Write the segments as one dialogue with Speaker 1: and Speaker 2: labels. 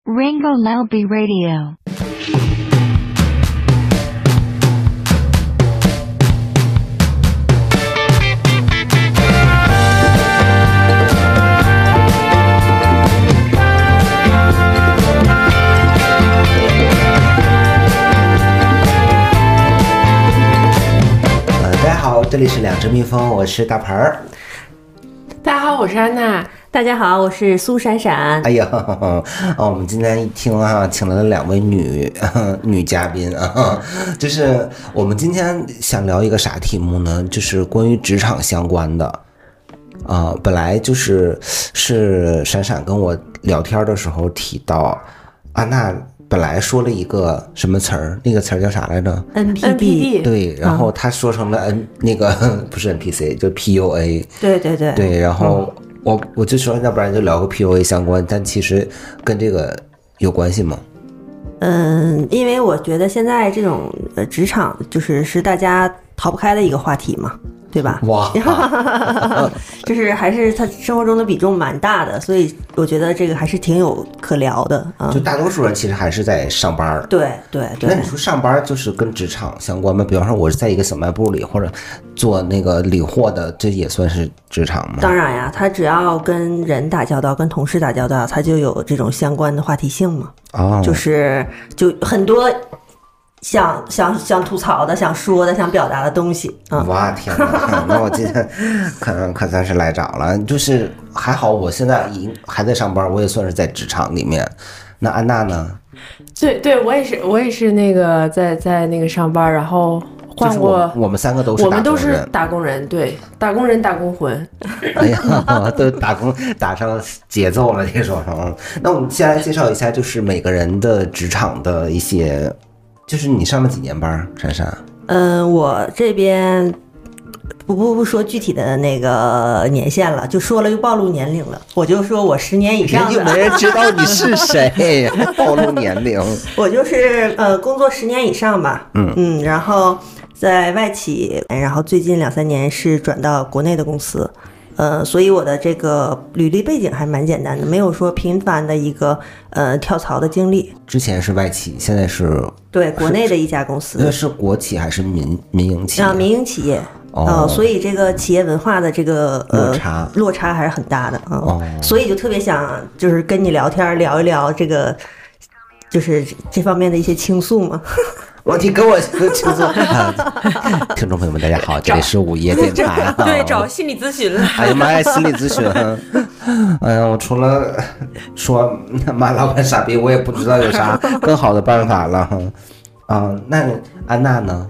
Speaker 1: Ringo Lalby Radio。
Speaker 2: 大家好，这里是两只蜜蜂，我是大盆儿。
Speaker 3: 大家好，我是安娜。
Speaker 4: 大家好，我是苏闪闪。
Speaker 2: 哎呀，我们今天一听啊，请来了两位女嘉宾啊，就是我们今天想聊一个啥题目呢？就是关于职场相关的本来是闪闪跟我聊天的时候提到，安娜本来说了一个什么词儿，那个词儿叫啥来着
Speaker 4: ？NPD。
Speaker 2: 对，然后他说成了那个不是 NPC， 就 PUA。对，然后。我就说，要不然就聊个 PUA 相关，但其实跟这个有关系吗？
Speaker 4: 因为我觉得现在这种职场是大家逃不开的一个话题嘛，对吧？
Speaker 2: 哇，
Speaker 4: 就是还是他生活中的比重蛮大的，所以我觉得这个还是挺有可聊的啊。
Speaker 2: 就大多数人其实还是在上班。
Speaker 4: 对。
Speaker 2: 那你说上班就是跟职场相关吗？比方说我是在一个小卖部里，或者做那个理货的，这也算是职场吗？
Speaker 4: 当然呀，他只要跟人打交道，跟同事打交道，他就有这种相关的话题性嘛。就很多想吐槽的、想说的、想表达的东西啊！
Speaker 2: 哇天哪，那我今天可算是来着了。就是还好，我现在还在上班，我也算是在职场里面。那安娜呢？
Speaker 3: 对，我也是那个在那个上班，然后换过。
Speaker 2: 我们三个都是
Speaker 3: 我们都是打工人，对，打工人打工魂。
Speaker 2: 哎呀，都打上节奏了，这说上。那我们先来介绍一下，就是每个人的职场的一些。就是你上了几年班，珊珊？
Speaker 4: 我这边不说具体的那个年限了，就说了就暴露年龄了。我就说我10年以上的，
Speaker 2: 又没人知道你是谁，暴露年龄。
Speaker 4: 我就是工作10年以上吧。然后在外企，然后最近2-3年是转到国内的公司。所以我的这个履历背景还蛮简单的，没有说频繁的一个跳槽的经历。
Speaker 2: 之前是外企，现在是
Speaker 4: 对国内的一家公司。
Speaker 2: 那是国企还是民营企业？
Speaker 4: 民营企业。所以这个企业文化的这个落差还是很大的所以就特别想就是跟你聊天聊一聊这个就是这方面的一些倾诉嘛。
Speaker 2: 你跟我倾诉。听众朋友们大家好，这里是午夜电台。
Speaker 3: 对，找心理咨询了。
Speaker 2: 哎呀妈呀，心理咨询。哎呀，我除了说骂老板傻逼，我也不知道有啥更好的办法了。那安娜呢？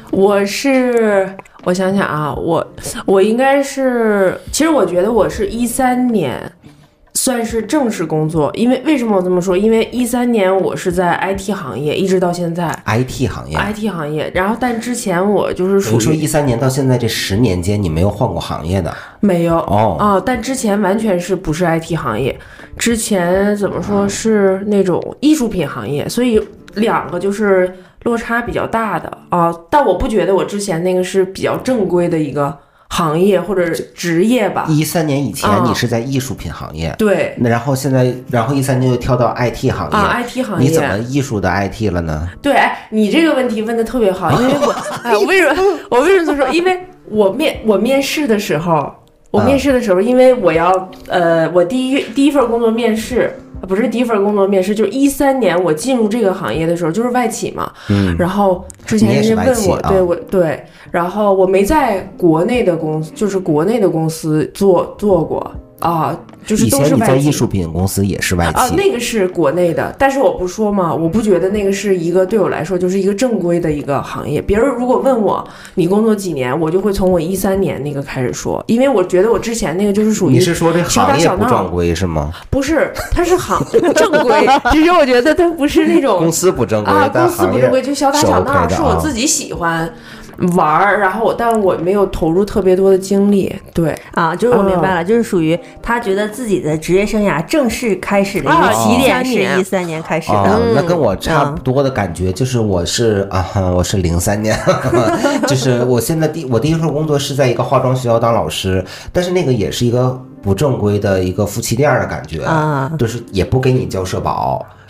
Speaker 3: 我想想啊，我应该是，其实我觉得我是13年算是正式工作，因为为什么我这么说？因为13年我是在 IT 行业，一直到现在。IT 行业，然后但之前我就是属于
Speaker 2: 说13年到现在这10年间，你没有换过行业的？
Speaker 3: 没有但之前完全是不是 IT 行业，之前怎么说是那种艺术品行业，所以两个就是落差比较大的但我不觉得我之前那个是比较正规的一个行业或者职业吧。
Speaker 2: 13年以前你是在艺术品行业，
Speaker 3: 对，
Speaker 2: 那然后13年又跳到 IT 行业
Speaker 3: IT 行业，
Speaker 2: 你怎么艺术的 IT 了呢？
Speaker 3: 对，你这个问题问的特别好，因为我为什么这么说？因为我面试的时候，因为我要我第一份工作面试。不是第一份工作面试，就是13年我进入这个行业的时候，就是外企嘛。然后之前人家问我，对，然后我没在国内的公司，就是国内的公司做过就是都是外企。以前你
Speaker 2: 在艺术品公司也是外企
Speaker 3: 那个是国内的，但是我不说嘛，我不觉得那个是一个对我来说就是一个正规的一个行业。别人如果问我你工作几年，我就会从我13年那个开始说，因为我觉得我之前那个就是属于
Speaker 2: 你是说这行业不正规是吗？
Speaker 3: 不是，它是正规，只是我觉得它不是那种
Speaker 2: 公司不正规
Speaker 3: 公司不正规就小打小闹，是我自己喜欢玩，然后但我没有投入特别多的精力。对
Speaker 4: 就是我明白了，就是属于他觉得自己的职业生涯正式开始的一个起点是13年开始的。
Speaker 2: 那跟我差不多的感觉，就是我是03年，就是我现在我第一份工作是在一个化妆学校当老师，但是那个也是一个不正规的一个夫妻店的感觉就是也不给你交社保。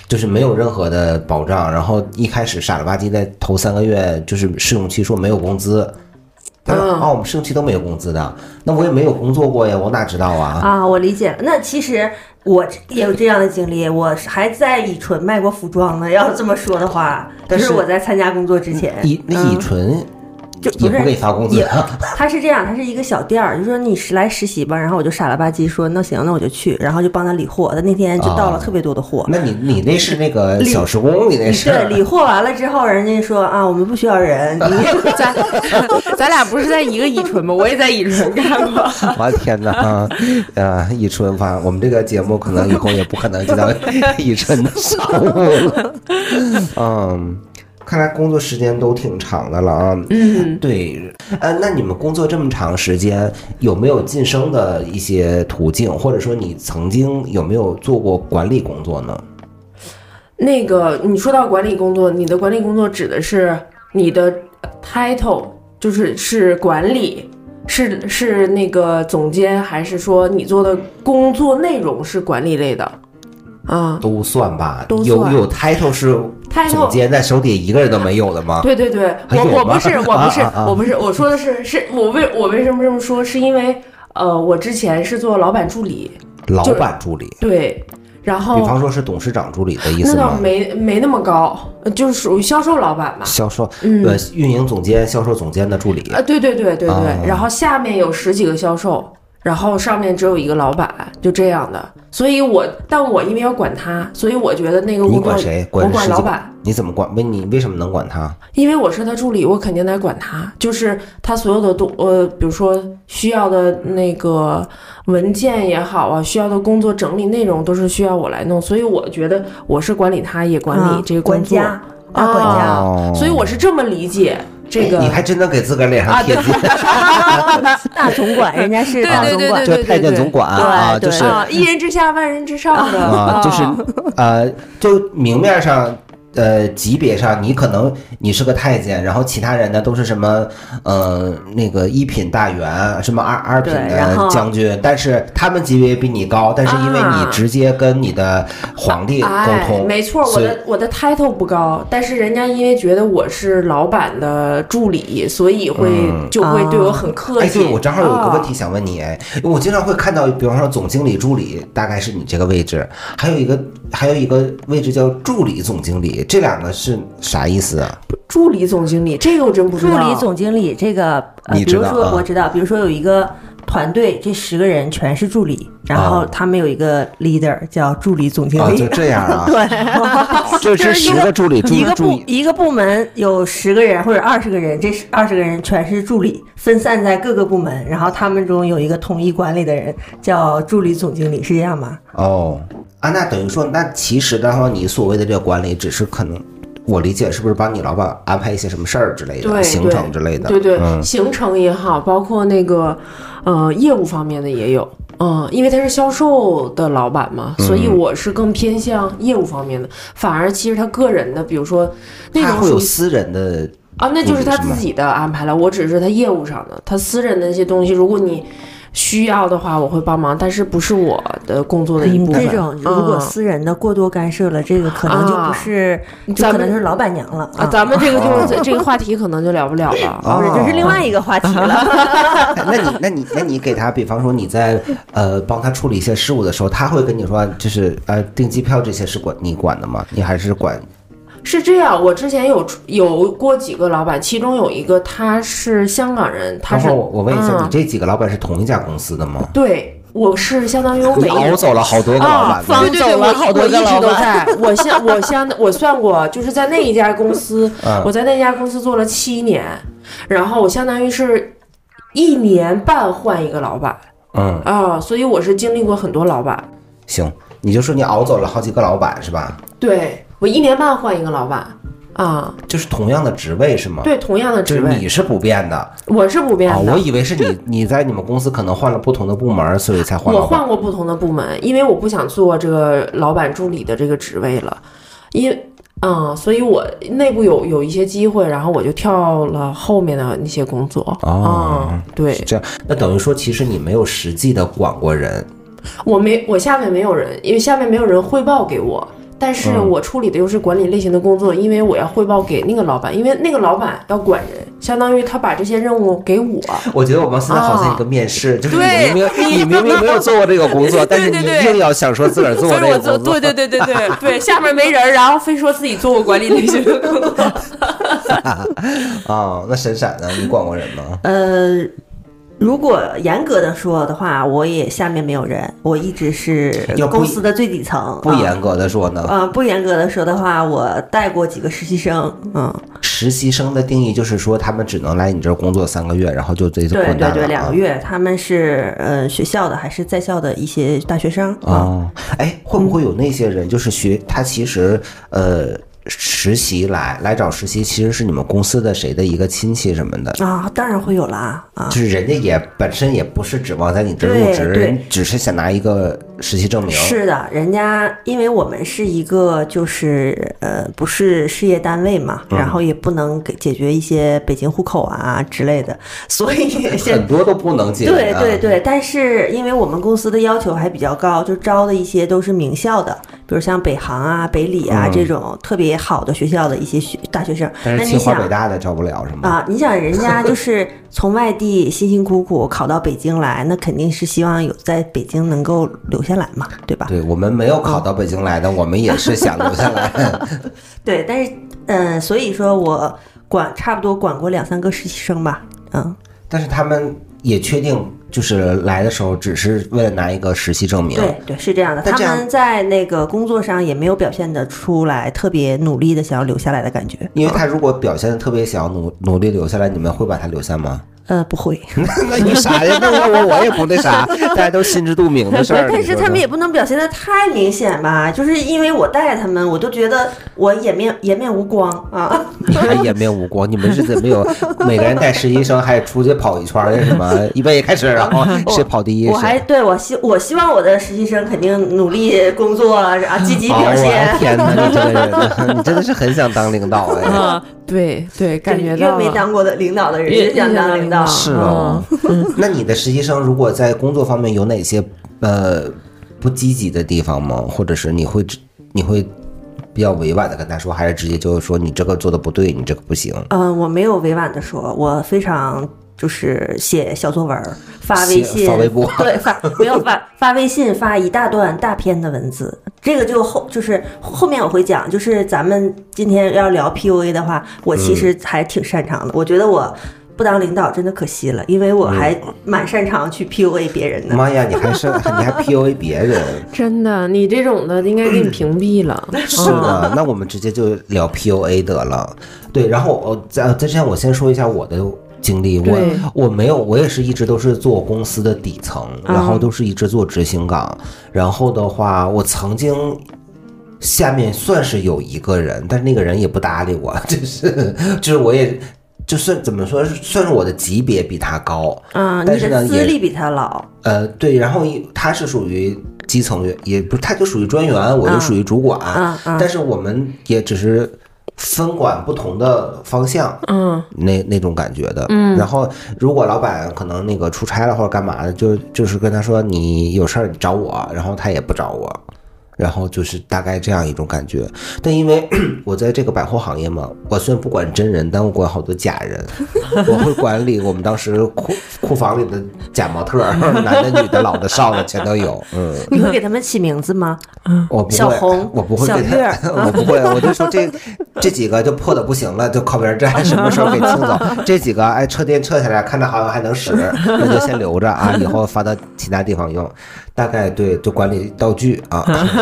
Speaker 2: 就是没有任何的保障，然后一开始傻了吧唧的头3个月就是试用期说没有工资。他说我们试用期都没有工资的，那我也没有工作过呀，我哪知道啊？
Speaker 4: 啊，我理解了。那其实我也有这样的经历，我还在乙醇卖过服装呢。要这么说的话，
Speaker 2: 但是
Speaker 4: 我在参加工作之前，
Speaker 2: 乙醇
Speaker 4: 就
Speaker 2: 也不给发工资。
Speaker 4: 他是这样，他是一个小店儿，就说你来实习吧，然后我就傻了吧唧说那行，那我就去，然后就帮他理货。他那天就到了特别多的货。
Speaker 2: 那你那是那个小时工，你那是
Speaker 4: 对，理货完了之后，人家说啊，我们不需要人。
Speaker 3: 咱俩不是在一个乙醇吗？我也在乙醇干过。
Speaker 2: 我的天哪！乙醇反正我们这个节目可能以后也不可能知道乙醇的商务了。看来工作时间都挺长的了啊。对。那你们工作这么长时间，有没有晋升的一些途径，或者说你曾经有没有做过管理工作呢？
Speaker 3: 那个，你说到管理工作，你的管理工作指的是你的 title， 是管理，是那个总监，还是说你做的工作内容是管理类的？
Speaker 2: 都算吧，
Speaker 3: 都算。
Speaker 2: 有 title 是总监在手底一个人都没有的吗？
Speaker 3: 对，我不是，我说的是我为什么这么说？是因为我之前是做老板助理，
Speaker 2: 老板助理，
Speaker 3: 对，然后
Speaker 2: 比方说是董事长助理的意思吗？
Speaker 3: 那倒没那么高，就是属于销售老板嘛。
Speaker 2: 销售，运营总监、销售总监的助理。
Speaker 3: 对，然后下面有10几个销售。然后上面只有一个老板，就这样的，所以但我因为要管他，所以我觉得那个
Speaker 2: 你管谁？
Speaker 3: 我管老板。
Speaker 2: 你怎么管？你为什么能管他？
Speaker 3: 因为我是他助理，我肯定得管他，就是他所有的比如说需要的那个文件也好啊，需要的工作整理内容都是需要我来弄，所以我觉得我是管理他，也管理这个工作。
Speaker 4: 大管家。
Speaker 3: 所以我是这么理解。这个
Speaker 2: 你还真的给自个儿脸上贴金。
Speaker 4: 大总管，人家是大总管，
Speaker 2: 就太监总管啊，就是
Speaker 3: 一人之下万人之上的啊，
Speaker 2: 就是就明面上。级别上你可能你是个太监，然后其他人呢都是什么那个1品大员，什么二品的将军，但是他们级别比你高，但是因为你直接跟你的皇帝沟通，
Speaker 3: 没错，我的 title 不高，但是人家因为觉得我是老板的助理，所以就会对我很客气。
Speaker 2: 对，我正好有一个问题想问你，我经常会看到，比方说总经理助理大概是你这个位置，还有一个位置叫助理总经理。这两个是啥意思啊？
Speaker 3: 助理总经理，这个我真不知道。
Speaker 4: 助理总经理这个，比如说我知道，比如说有一个团队，这10个人全是助理，然后他们有一个 leader 叫助理总经理。
Speaker 2: 就这样啊？
Speaker 4: 对，
Speaker 2: 就是10个助理，
Speaker 4: 一个部门有10个人或者20个人，这20个人全是助理，分散在各个部门，然后他们中有一个统一管理的人叫助理总经理，是这样吗？
Speaker 2: 那等于说，那其实的话，你所谓的这个管理，只是可能我理解是不是帮你老板安排一些什么事儿之类的，行程之类的？
Speaker 3: 对，行程也好，包括那个业务方面的也有。因为他是销售的老板嘛，所以我是更偏向业务方面的。反而其实他个人的，比如说那种
Speaker 2: 他会有私人的
Speaker 3: 那就是他自己的安排了。我只是他业务上的，他私人的那些东西，如果你需要的话我会帮忙，但是不是我的工作的一部分。
Speaker 4: 这种如果私人的过多干涉了，这个可能就不是，就可能是老板娘了啊。
Speaker 3: 咱们这个就是这个话题可能就聊不了了，
Speaker 4: 这是另外一个话题了。
Speaker 2: 那你给他，比方说你在帮他处理一些事务的时候，他会跟你说，就是订机票这些是你管的吗？你还是管？
Speaker 3: 是这样，我之前有过几个老板，其中有一个他是香港人，他是
Speaker 2: 我问一下，你这几个老板是同一家公司的吗？
Speaker 3: 对，我是相当于我每
Speaker 2: 熬走了好多个老板，
Speaker 3: 对，我一直都在。我算过，就是在那一家公司，我在那家公司做了7年，然后我相当于是1年半换一个老板，所以我是经历过很多老板。
Speaker 2: 行，你就说你熬走了好几个老板是吧？
Speaker 3: 对。我1年半换一个老板
Speaker 2: 就是同样的职位是吗？
Speaker 3: 对，同样的职位，
Speaker 2: 你是不变的，
Speaker 3: 我是不变的。
Speaker 2: 我以为是你在你们公司可能换了不同的部门，所以才换老板。
Speaker 3: 我换过不同的部门，因为我不想做这个老板助理的这个职位了，所以我内部有一些机会，然后我就跳了后面的那些工作。对，
Speaker 2: 是这样。那等于说，其实你没有实际的管过人。
Speaker 3: 我下面没有人，因为下面没有人汇报给我。 但是我处理的又是管理类型的工作，因为我要汇报给那个老板，因为那个老板要管人，相当于他把这些任务给我。
Speaker 2: 我觉得我们现在好像一个面试，就是你明明没有做过这个工作，但是你硬要想说自个儿做这个工作。
Speaker 3: 对，下面没人，然后非说自己做过管理类型的工作。
Speaker 2: 那闪闪呢？你管过人吗？
Speaker 4: 如果严格的说的话，我也下面没有人，我一直是公司的最底层。
Speaker 2: 不严格的说呢？
Speaker 4: 不严格的说的话，我带过几个实习生。
Speaker 2: 实习生的定义就是说，他们只能来你这儿工作3个月，然后就这就滚蛋了。
Speaker 4: 对，2个月。他们是学校的还是在校的一些大学生。
Speaker 2: 会不会有那些人，就是他其实实习来找实习，其实是你们公司的谁的一个亲戚什么的
Speaker 4: 当然会有啦
Speaker 2: 就是人家也本身也不是指望在你这入职，人只是想拿一个实习证明。
Speaker 4: 是的，人家因为我们是一个就是不是事业单位嘛，然后也不能解决一些北京户口啊之类的，所以
Speaker 2: 很多都不能解决。
Speaker 4: 对，但是因为我们公司的要求还比较高，就招的一些都是名校的，比如像北航啊、北理啊这种特别好的学校的一些大学生。
Speaker 2: 但是清华北大的招不了是吗？
Speaker 4: 你想人家就是从外地辛辛苦苦考到北京来，那肯定是希望有在北京能够留下来嘛，对吧？
Speaker 2: 对，我们没有考到北京来的，我们也是想留下来。
Speaker 4: 对，但是所以说我差不多管过2-3个实习生吧。
Speaker 2: 但是他们也确定就是来的时候只是为了拿一个实习证明。
Speaker 4: 对，是这样的。他们在那个工作上也没有表现得出来特别努力的想要留下来的感觉。
Speaker 2: 因为他如果表现得特别想要努力留下来，你们会把他留下吗？
Speaker 4: 不会。
Speaker 2: 那你啥呀？那我也不那啥，大家都心知肚明的事儿。
Speaker 4: 但是他们也不能表现得太明显吧？就是因为我带他们，我都觉得我颜面无光啊。
Speaker 2: 你还颜面无光？你们是怎么有每个人带实习生还出去跑一圈？什么预备开始，然后谁跑第一？
Speaker 4: 我希望我的实习生肯定努力工作啊，积极表现。
Speaker 2: 天哪，你这个人，你真的是很想当领导哎。
Speaker 3: 对，感觉到
Speaker 4: 越没当过的领导的人越想当领导。
Speaker 2: 是哦。那你的实习生如果在工作方面有哪些不积极的地方吗？或者是你会比较委婉的跟他说，还是直接就说你这个做的不对，你这个不行？
Speaker 4: 我没有委婉的说，我非常就是写小作文，发微信、
Speaker 2: 发微博，
Speaker 4: 对，没有发微信，发一大段大篇的文字。这个就是后面我会讲，就是咱们今天要聊 PUA 的话，我其实还挺擅长的。我觉得我不当领导真的可惜了，因为我还蛮擅长去 PUA 别人的。
Speaker 2: 妈呀，你还 PUA 别人？
Speaker 3: 真的，你这种的应该给你屏蔽了。
Speaker 2: 是的，那我们直接就聊 PUA 得了。对，然后在之前我先说一下我的经历，我也是一直都是做公司的底层，然后都是一直做执行岗。然后的话，我曾经下面算是有一个人，但是那个人也不搭理我，就是我也就算怎么说，算是我的级别比他高但是呢，
Speaker 4: 你的资历比他老。
Speaker 2: 对，然后他是属于基层，也不是，他就属于专员，我就属于主管。但是我们也只是分管不同的方向，那种感觉的。然后如果老板可能那个出差了或者干嘛的，就是跟他说你有事儿你找我，然后他也不找我。然后就是大概这样一种感觉。但因为我在这个百货行业嘛，我虽然不管真人，但我管好多假人。我会管理我们当时库房里的假模特，男的女的老的少的全都有。
Speaker 4: 你会给他们起名字吗？
Speaker 2: 我不会，
Speaker 4: 小红，
Speaker 2: 我不会
Speaker 4: 小月
Speaker 2: 我不会，我就说这几个就破的不行了，就靠边站，什么时候给清走？这几个车垫撤下来，看着好像还能使，那就先留着啊，以后发到其他地方用。大概对，就管理道具啊。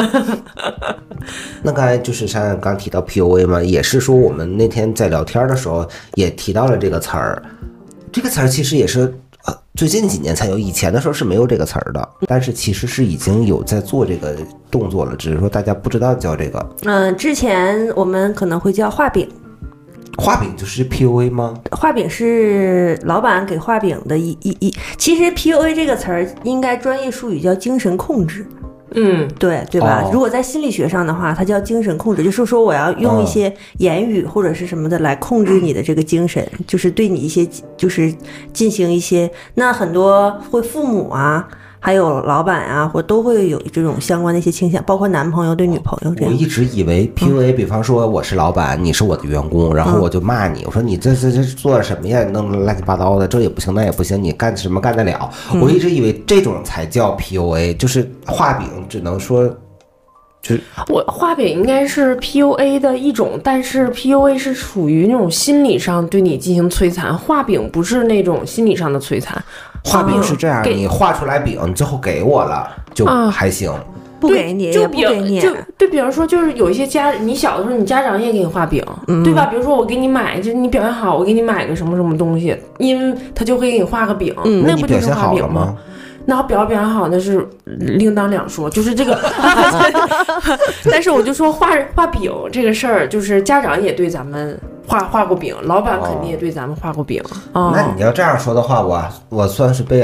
Speaker 2: 那刚才就是像刚提到 PUA 嘛，也是说我们那天在聊天的时候也提到了这个词儿。这个词儿其实也是最近几年才有，以前的时候是没有这个词儿的，但是其实是已经有在做这个动作了，只是说大家不知道叫这个。
Speaker 4: 之前我们可能会叫画饼。
Speaker 2: 画饼就是 PUA 吗？
Speaker 4: 画饼是老板给画饼的其实 PUA 这个词儿应该专业术语叫精神控制。对吧？如果在心理学上的话，它叫精神控制，就是说我要用一些言语或者是什么的来控制你的这个精神，就是对你一些就是进行一些，那很多会父母啊， 还有老板啊，或都会有这种相关的一些倾向，包括男朋友对女朋友这样。
Speaker 2: 我一直以为 PUA，比方说我是老板，你是我的员工，然后我就骂你，我说你这做什么呀，弄乱七八糟的，这也不行那也不行，你干什么干得了？我一直以为这种才叫 PUA，就是画饼，只能说。
Speaker 3: 我画饼应该是 PUA 的一种，但是 PUA 是属于那种心理上对你进行摧残，画饼不是那种心理上的摧残。
Speaker 2: 画饼是这样，你画出来饼，你最后给我了就还行。
Speaker 4: 不给你也不给你，
Speaker 3: 对，比方说就是有一些你小的时候你家长也给你画饼，对吧？比如说我给你买，就是你表现好，我给你买个什么什么东西，因为他就会给你画个饼，那不就是画饼吗？那表现好那是另当两说，就是这个。但是我就说画饼这个事儿，就是家长也对咱们画过饼，老板肯定也对咱们画过饼。
Speaker 2: 那你要这样说的话，我算是被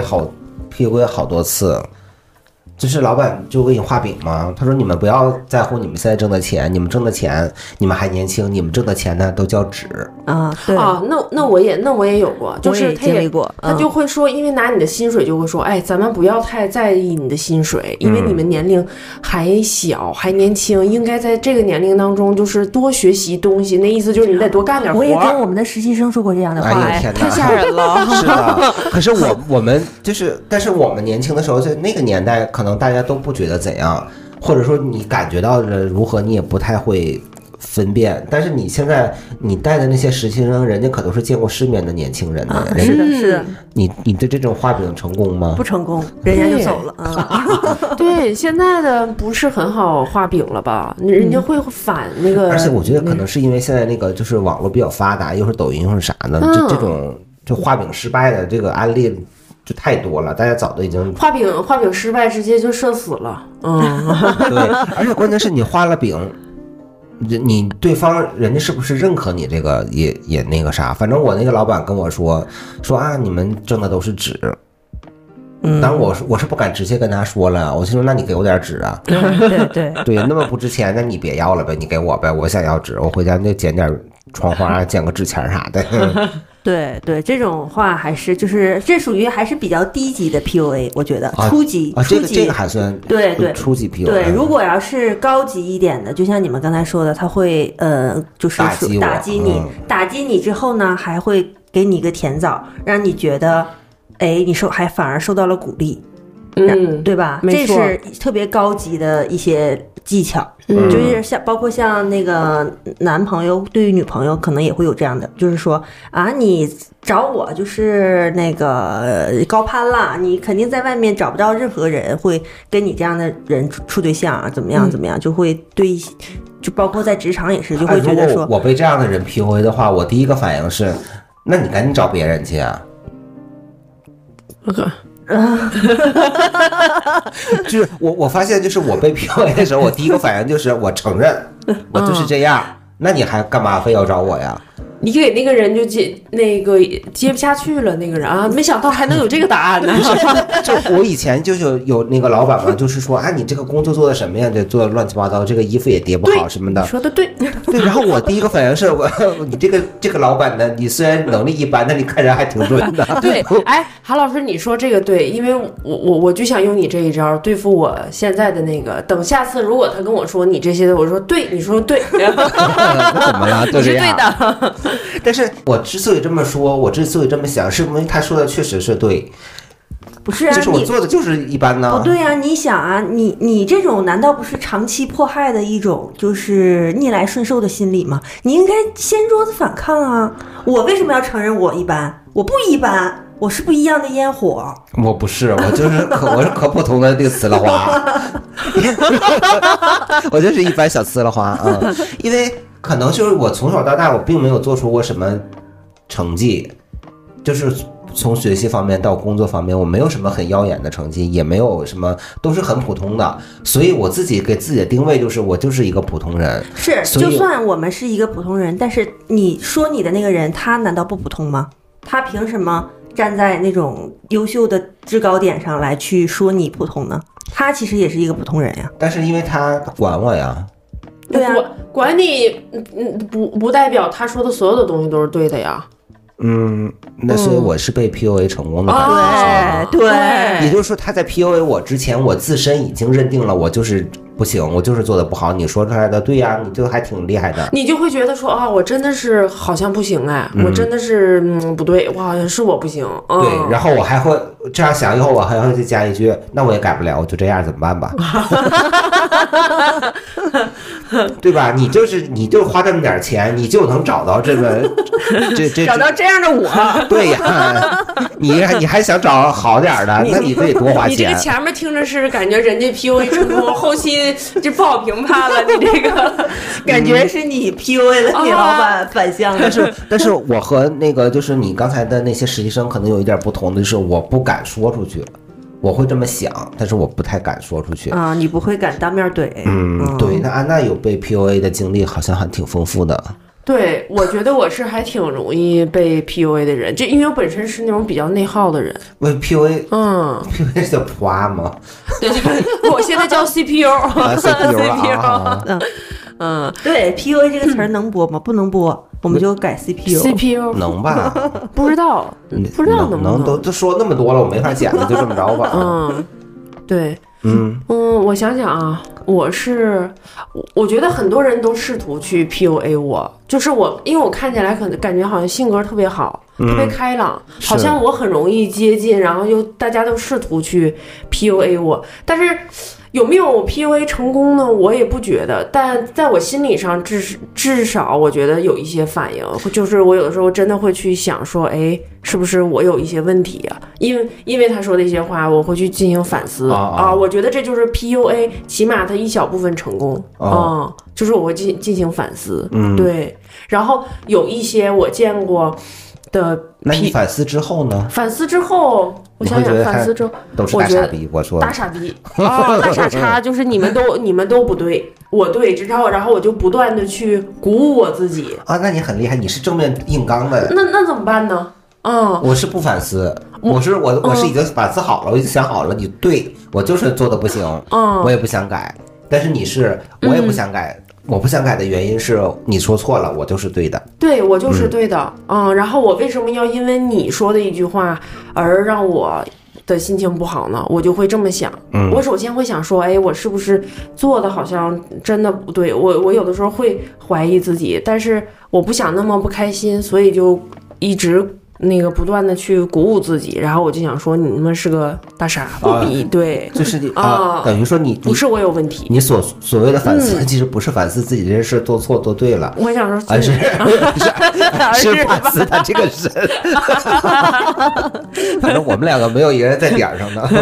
Speaker 2: PUA 好多次。就是老板就给你画饼嘛，他说你们不要在乎你们现在挣的钱，你们挣的钱，你们还年轻，你们挣的钱呢都叫纸
Speaker 4: 啊。对啊，
Speaker 3: 那我也有过，就是他
Speaker 4: 经历过，
Speaker 3: 他就会说，因为拿你的薪水就会说，哎，咱们不要太在意你的薪水，因为你们年龄还小，还年轻，应该在这个年龄当中就是多学习东西。那意思就是你得多干点活。
Speaker 4: 我也跟我们的实习生说过这样的话，
Speaker 3: 太吓人了。
Speaker 2: 是的，可是我们就是，但是我们年轻的时候，在那个年代可能大家都不觉得怎样，或者说你感觉到了如何，你也不太会分辨。但是你现在你带的那些实习生，人家可都是见过世面的年轻人呢。
Speaker 4: 是的，是的。
Speaker 2: 你对这种画饼成功吗？
Speaker 4: 不成功，人家就走了。
Speaker 3: 对，现在的不是很好画饼了吧？人家会反那个。
Speaker 2: 而且我觉得可能是因为现在那个就是网络比较发达，又是抖音又是啥的，这种就画饼失败的这个案例。就太多了，大家早都已经
Speaker 3: 画饼失败，直接就社死了。
Speaker 2: 对，而且关键是你画了饼，你对方人家是不是认可你这个也那个啥？反正我那个老板跟我说啊，你们挣的都是纸。当然我是不敢直接跟他说了，我就说那你给我点纸啊。对，那么不值钱，那你别要了呗，你给我呗，我想要纸，我回家就剪点窗花，剪个纸钱啥的。
Speaker 4: 对，这种话还是就是这属于还是比较低级的 PUA， 我觉得初级
Speaker 2: 这个还算
Speaker 4: 对
Speaker 2: 初级 PUA。
Speaker 4: 对，如果要是高级一点的，就像你们刚才说的，他会就是打击你之后呢，还会给你一个甜枣，让你觉得你还反而受到了鼓励。对吧？这是特别高级的一些技巧，就是包括像那个男朋友对于女朋友可能也会有这样的，就是说啊，你找我就是那个高攀了，你肯定在外面找不到任何人会跟你这样的人处对象啊，怎么样，就会对，就包括在职场也是，就会觉得说，
Speaker 2: 如果我被这样的人 PUA 的话，我第一个反应是，那你赶紧找别人去啊。就是我发现，就是我被 PUA 的时候，我第一个反应就是我承认，我就是这样。那你还干嘛非要找我呀？
Speaker 3: 你给那个人就接不下去了，那个人啊，没想到还能有这个答案呢。
Speaker 2: 就我以前就是有那个老板嘛，就是说啊，你这个工作做的什么呀？这做的乱七八糟，这个衣服也叠不好什么的。
Speaker 3: 说的对。
Speaker 2: 对，然后我第一个反应是你这个老板呢，你虽然能力一般，但你看人还挺准的。
Speaker 3: 对，哎，韩老师，你说这个对，因为我就想用你这一招对付我现在的那个。等下次如果他跟我说你这些的，我说对，你说对。
Speaker 2: 那怎么了？
Speaker 3: 你是对的。
Speaker 2: 但是我之所以这么说，我之所以这么想，是因为他说的确实是对。
Speaker 4: 不是啊，
Speaker 2: 就是我做的就是一般呢。
Speaker 4: 不对啊，你想啊，你这种难道不是长期迫害的一种就是逆来顺受的心理吗？你应该掀桌子反抗啊！我为什么要承认我一般？我不一般，我是不一样的烟火。
Speaker 2: 我不是，我就是我是可普通的那个呲了花，我就是一般小呲了花啊。因为可能就是我从小到大，我并没有做出过什么成绩，就是从学习方面到工作方面，我没有什么很耀眼的成绩，也没有什么，都是很普通的。所以我自己给自己的定位就是我就是一个普通人。
Speaker 4: 是，就算我们是一个普通人，但是你说你的那个人，他难道不普通吗？他凭什么站在那种优秀的制高点上来去说你普通呢？他其实也是一个普通人呀。
Speaker 2: 但是因为他管我呀。
Speaker 4: 对啊，
Speaker 3: 管你不代表他说的所有的东西都是对的呀。
Speaker 2: 那所以我是被 PUA 成功的感觉。
Speaker 4: 对，
Speaker 2: 也就是说他在 PUA 我之前，我自身已经认定了我就是不行，我就是做的不好。你说出来的对呀，你就还挺厉害的。
Speaker 3: 你就会觉得说啊，我真的是好像不行哎，我真的是不对，我好像是我不行。
Speaker 2: 对，然后我还会这样想，以后我还会再加一句，那我也改不了，我就这样怎么办吧？对吧？你就花这么点钱，你就能找到这个
Speaker 3: 找到这样的我。
Speaker 2: 对呀，你还想找好点的，那你得多花钱。
Speaker 3: 你这个前面听着是感觉人家 PUA 成功，后期就不好评判了。你这个
Speaker 4: 感觉是你 PUA 了你老板反向的。
Speaker 2: 但是我和那个就是你刚才的那些实习生可能有一点不同的是，我不敢说出去。我会这么想，但是我不太敢说出去
Speaker 4: 啊。你不会敢当面怼？
Speaker 2: 对。那安娜有被 PUA 的经历，好像还挺丰富的。
Speaker 3: 对，我觉得我是还挺容易被 PUA 的人，这因为我本身是那种比较内耗的人。
Speaker 2: 为 PUA，PUA 是叫普阿吗？
Speaker 3: 对，我现在叫 CPU。CPU。
Speaker 4: 对 ，PUA 这个词儿能播吗？不能播，我们就改 CPU。
Speaker 2: 能吧？
Speaker 3: 不知道能不能
Speaker 2: 都说那么多了，我没法剪了，就这么着吧。
Speaker 3: 对。我想想啊，我觉得很多人都试图去 PUA 我，就是因为我看起来感觉好像性格特别好，特别开朗，好像我很容易接近，然后大家都试图去 PUA 我，但是有没有 PUA 成功呢？我也不觉得，但在我心理上至少我觉得有一些反应，就是我有的时候真的会去想说，哎，是不是我有一些问题啊？因为他说的一些话，我会去进行反思啊。我觉得这就是 PUA， 起码它一小部分成功就是我会进行反思。对。然后有一些我见过的，
Speaker 2: 那你反思之后呢？
Speaker 3: 反思之后，我想想，反思之后
Speaker 2: 都是大傻逼。我说
Speaker 3: 大傻逼大傻叉，就是你们都不对，我对，然后我就不断的去鼓舞我自己
Speaker 2: 啊。那你很厉害，你是正面硬刚的。
Speaker 3: 那怎么办呢？
Speaker 2: 我是不反思，我是已经反思好了，我已经想好了，你对我就是做的不行，我也不想改。但是你是我也不想改。我不想改的原因是你说错了，我就是对的。
Speaker 3: 对，我就是对的。然后我为什么要因为你说的一句话而让我的心情不好呢？我就会这么想。我首先会想说，哎，我是不是做的好像真的不对？我有的时候会怀疑自己，但是我不想那么不开心，所以就一直不断的去鼓舞自己，然后我就想说你们是个大傻逼。对，
Speaker 2: 就是等于说你
Speaker 3: 不是我有问题，
Speaker 2: 你所谓的反思其实不是反思自己这件事做错做对了，
Speaker 3: 我想说
Speaker 2: 而是反思他这个人。反正我们两个没有一个人在点上的。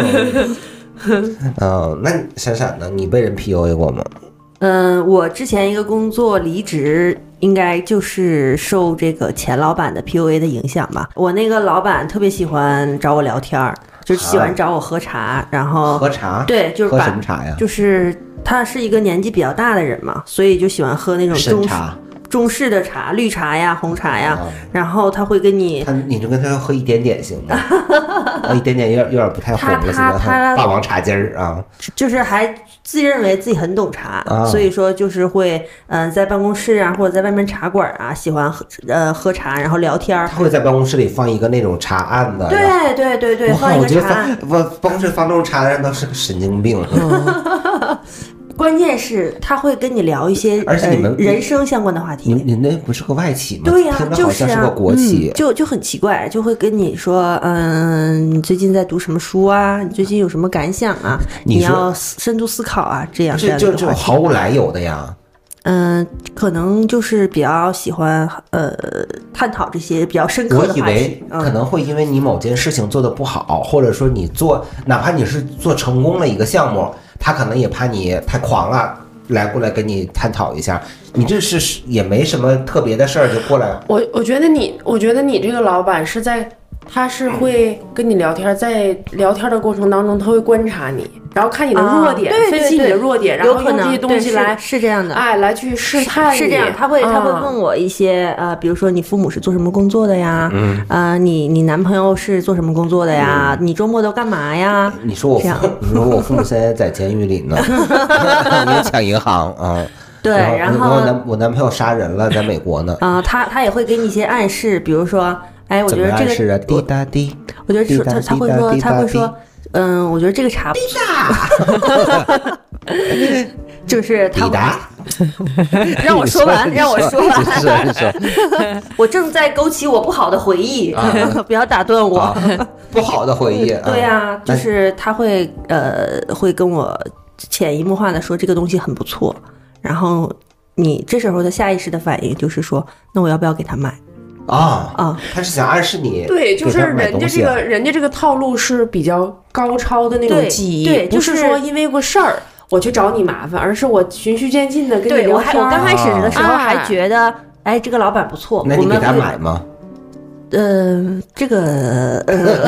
Speaker 2: 那闪闪呢？你被人 PUA 过吗？
Speaker 4: 我之前一个工作离职，应该就是受这个前老板的 PUA 的影响吧。我那个老板特别喜欢找我聊天，就喜欢找我喝茶，然后
Speaker 2: 喝茶，
Speaker 4: 对，就是
Speaker 2: 喝什么茶呀？就是
Speaker 4: 他是一个年纪比较大的人嘛，所以就喜欢喝那种中式的茶，绿茶呀、红茶呀，然后他会跟你
Speaker 2: 就跟他喝一点点行吗？一点点有点不太红了，现在霸王茶筋儿啊，
Speaker 4: 就是还自认为自己很懂茶，所以说就是会在办公室啊或者在外面茶馆啊喜欢喝茶，然后聊天。
Speaker 2: 他会在办公室里放一个那种茶案子，
Speaker 4: 对，放一个茶。
Speaker 2: 我办公室放这种茶的人都是神经病。
Speaker 4: 关键是他会跟你聊一些
Speaker 2: 而且你们
Speaker 4: 人生相关的话题。
Speaker 2: 你那不是个外企吗？
Speaker 4: 对呀，
Speaker 2: 听着好像是个国企，
Speaker 4: 就很奇怪，就会跟你说，你最近在读什么书啊？你最近有什么感想啊？你要深度思考啊，这样
Speaker 2: 就毫无来由的呀。
Speaker 4: 可能就是比较喜欢探讨这些比较深刻的话题。
Speaker 2: 我以为可能会因为你某件事情做得不好，或者说哪怕你是做成功了一个项目，他可能也怕你太狂了，过来跟你探讨一下。你这是也没什么特别的事儿就过来。
Speaker 3: 我觉得你这个老板他是会跟你聊天，在聊天的过程当中，他会观察你，然后看你的弱点，分析你的弱点，然后用这些东西来
Speaker 4: 是这样的，
Speaker 3: 来去试探你。
Speaker 4: 是这样，他会问我一些比如说你父母是做什么工作的呀？你男朋友是做什么工作的呀？你周末都干嘛呀？
Speaker 2: 你说我父母现在在监狱里呢，你抢银行啊。
Speaker 4: 对，然后
Speaker 2: 我男朋友杀人了，在美国呢。
Speaker 4: 他也会给你一些暗示，比如说哎，我觉得这个
Speaker 2: 是啊，滴答滴，
Speaker 4: 我觉得是他会说，
Speaker 2: 滴答
Speaker 4: 他会说，我觉得这个茶，就是他
Speaker 2: 滴答，
Speaker 4: 让我说完，让我说完，
Speaker 2: 是是，
Speaker 4: 我正在勾起我不好的回忆，不要打断我。
Speaker 2: 不好的回忆。
Speaker 4: 对呀，就是他会会跟我潜移默化的说这个东西很不错，然后你这时候的下意识的反应就是说，那我要不要给他买？他是
Speaker 2: 想暗示你，
Speaker 3: 对，就是人家这个套路是比较高超的那种技艺，
Speaker 4: 对，
Speaker 3: 不是说因为个事儿我去找你麻烦，而是我循序渐进的跟你聊天。
Speaker 4: 我刚开始的时候还觉得，哎，这个老板不错，
Speaker 2: 那你给他买吗？
Speaker 4: 这个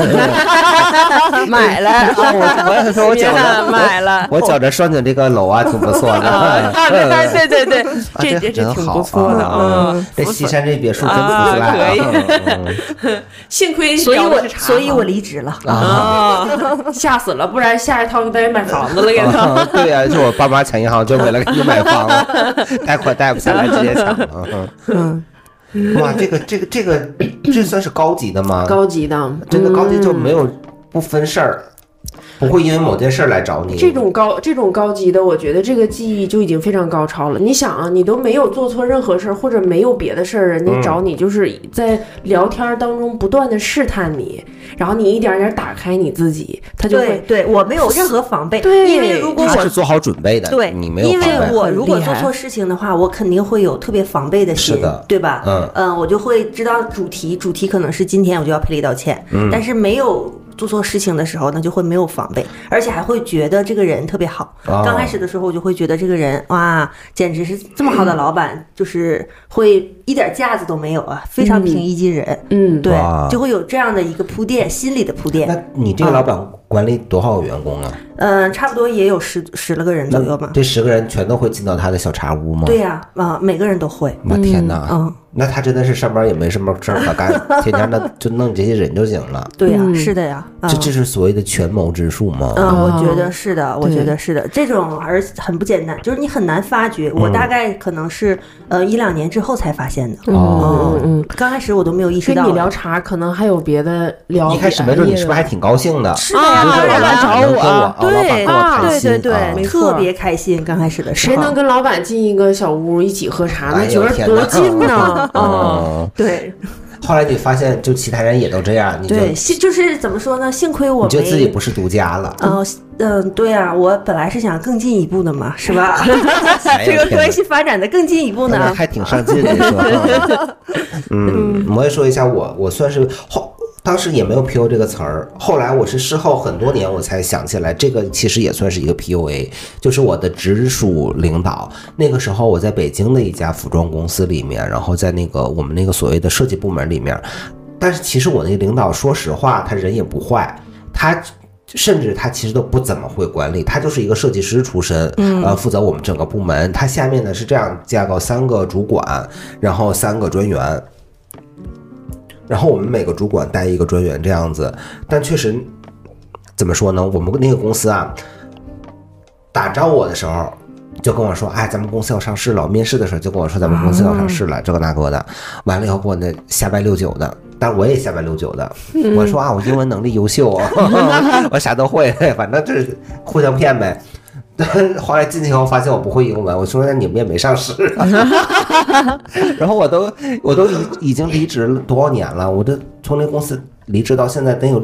Speaker 3: 买了，
Speaker 2: 我也说我觉得
Speaker 3: 买了，
Speaker 2: 我觉着双井这个楼啊挺不错的，
Speaker 3: 对，这挺不错的
Speaker 2: 这西山这别墅真不赖，
Speaker 3: 可以，幸亏
Speaker 4: 所以我离职了
Speaker 3: 吓死了，不然下一套就得买房子了，给他。
Speaker 2: 对呀，就我爸妈抢银行就为了给你买房，贷款贷不下来直接抢了。哇，这算是高级的吗？
Speaker 3: 高级的，
Speaker 2: 真的高级就没有不分事儿，不会因为某件事来找你。
Speaker 3: 这种高级的，我觉得这个技艺就已经非常高超了。你想啊，你都没有做错任何事儿，或者没有别的事儿，人家找你就是在聊天当中不断的试探你，然后你一点点打开你自己，他就会
Speaker 4: 对我没有任何防备，
Speaker 3: 对，
Speaker 4: 因为如果我
Speaker 2: 是做好准备的，
Speaker 4: 对
Speaker 2: 你没有防备，
Speaker 4: 因为我如果做错事情的话，我肯定会有特别防备的心，对吧？我就会知道主题可能是今天我就要赔礼道歉，但是没有做错事情的时候呢，就会没有防备，而且还会觉得这个人特别好。刚开始的时候，我就会觉得这个人哇，简直是这么好的老板，就是会一点架子都没有啊，非常平易近人。对，就会有这样的一个铺垫，心理的铺垫。
Speaker 2: 那你这个老板管理多少个员工啊？
Speaker 4: 差不多也有十来个人左右吧。
Speaker 2: 这10个人全都会进到他的小茶屋吗？
Speaker 4: 对呀，每个人都会。
Speaker 2: 我天哪！那他真的是上班也没什么事儿可干，天天的就弄这些人就行了。
Speaker 4: 对呀，是的呀。
Speaker 2: 这是所谓的权谋之术吗？
Speaker 4: 我觉得是的，我觉得是的。这种而很不简单，就是你很难发觉。我大概可能是1-2年之后才发现的。刚开始我都没有意识到。
Speaker 3: 跟你聊茶，可能还有别的聊。
Speaker 2: 一开始没准你是不是还挺高兴的？
Speaker 4: 是的呀，
Speaker 3: 老板找我，
Speaker 4: 对，特别开心。刚开始的时候，
Speaker 3: 谁能跟老板进一个小屋一起喝茶，那觉得多近呢？
Speaker 4: 对。
Speaker 2: 后来你发现，就其他人也都这样，你
Speaker 4: 就是怎么说呢？幸亏我
Speaker 2: 你觉得自己不是独家了。
Speaker 4: 对啊，我本来是想更进一步的嘛，是吧？这个关系发展的更进一步呢，
Speaker 2: 还挺上进的说。我也说一下，我算是当时也没有 PUA 这个词儿，后来我是事后很多年我才想起来，这个其实也算是一个 PUA， 就是我的直属领导。那个时候我在北京的一家服装公司里面，然后在我们那个所谓的设计部门里面，但是其实我那个领导说实话，他人也不坏，甚至他其实都不怎么会管理，他就是一个设计师出身，负责我们整个部门。他下面呢是这样架构3个主管，然后3个专员。然后我们每个主管带一个专员这样子，但确实怎么说呢？我们那个公司啊，打招我的时候就跟我说：“哎，咱们公司要上市了。”面试的时候就跟我说：“咱们公司要上市了。”这个那个的，完了以后给我那下拜69的，但我也下拜69的。我说啊，我英文能力优秀，我啥都会，反正就是互相骗呗。后来进去以后发现我不会英文，我说那你们也没上市，然后我都已经离职了多少年了，我从那公司离职到现在得有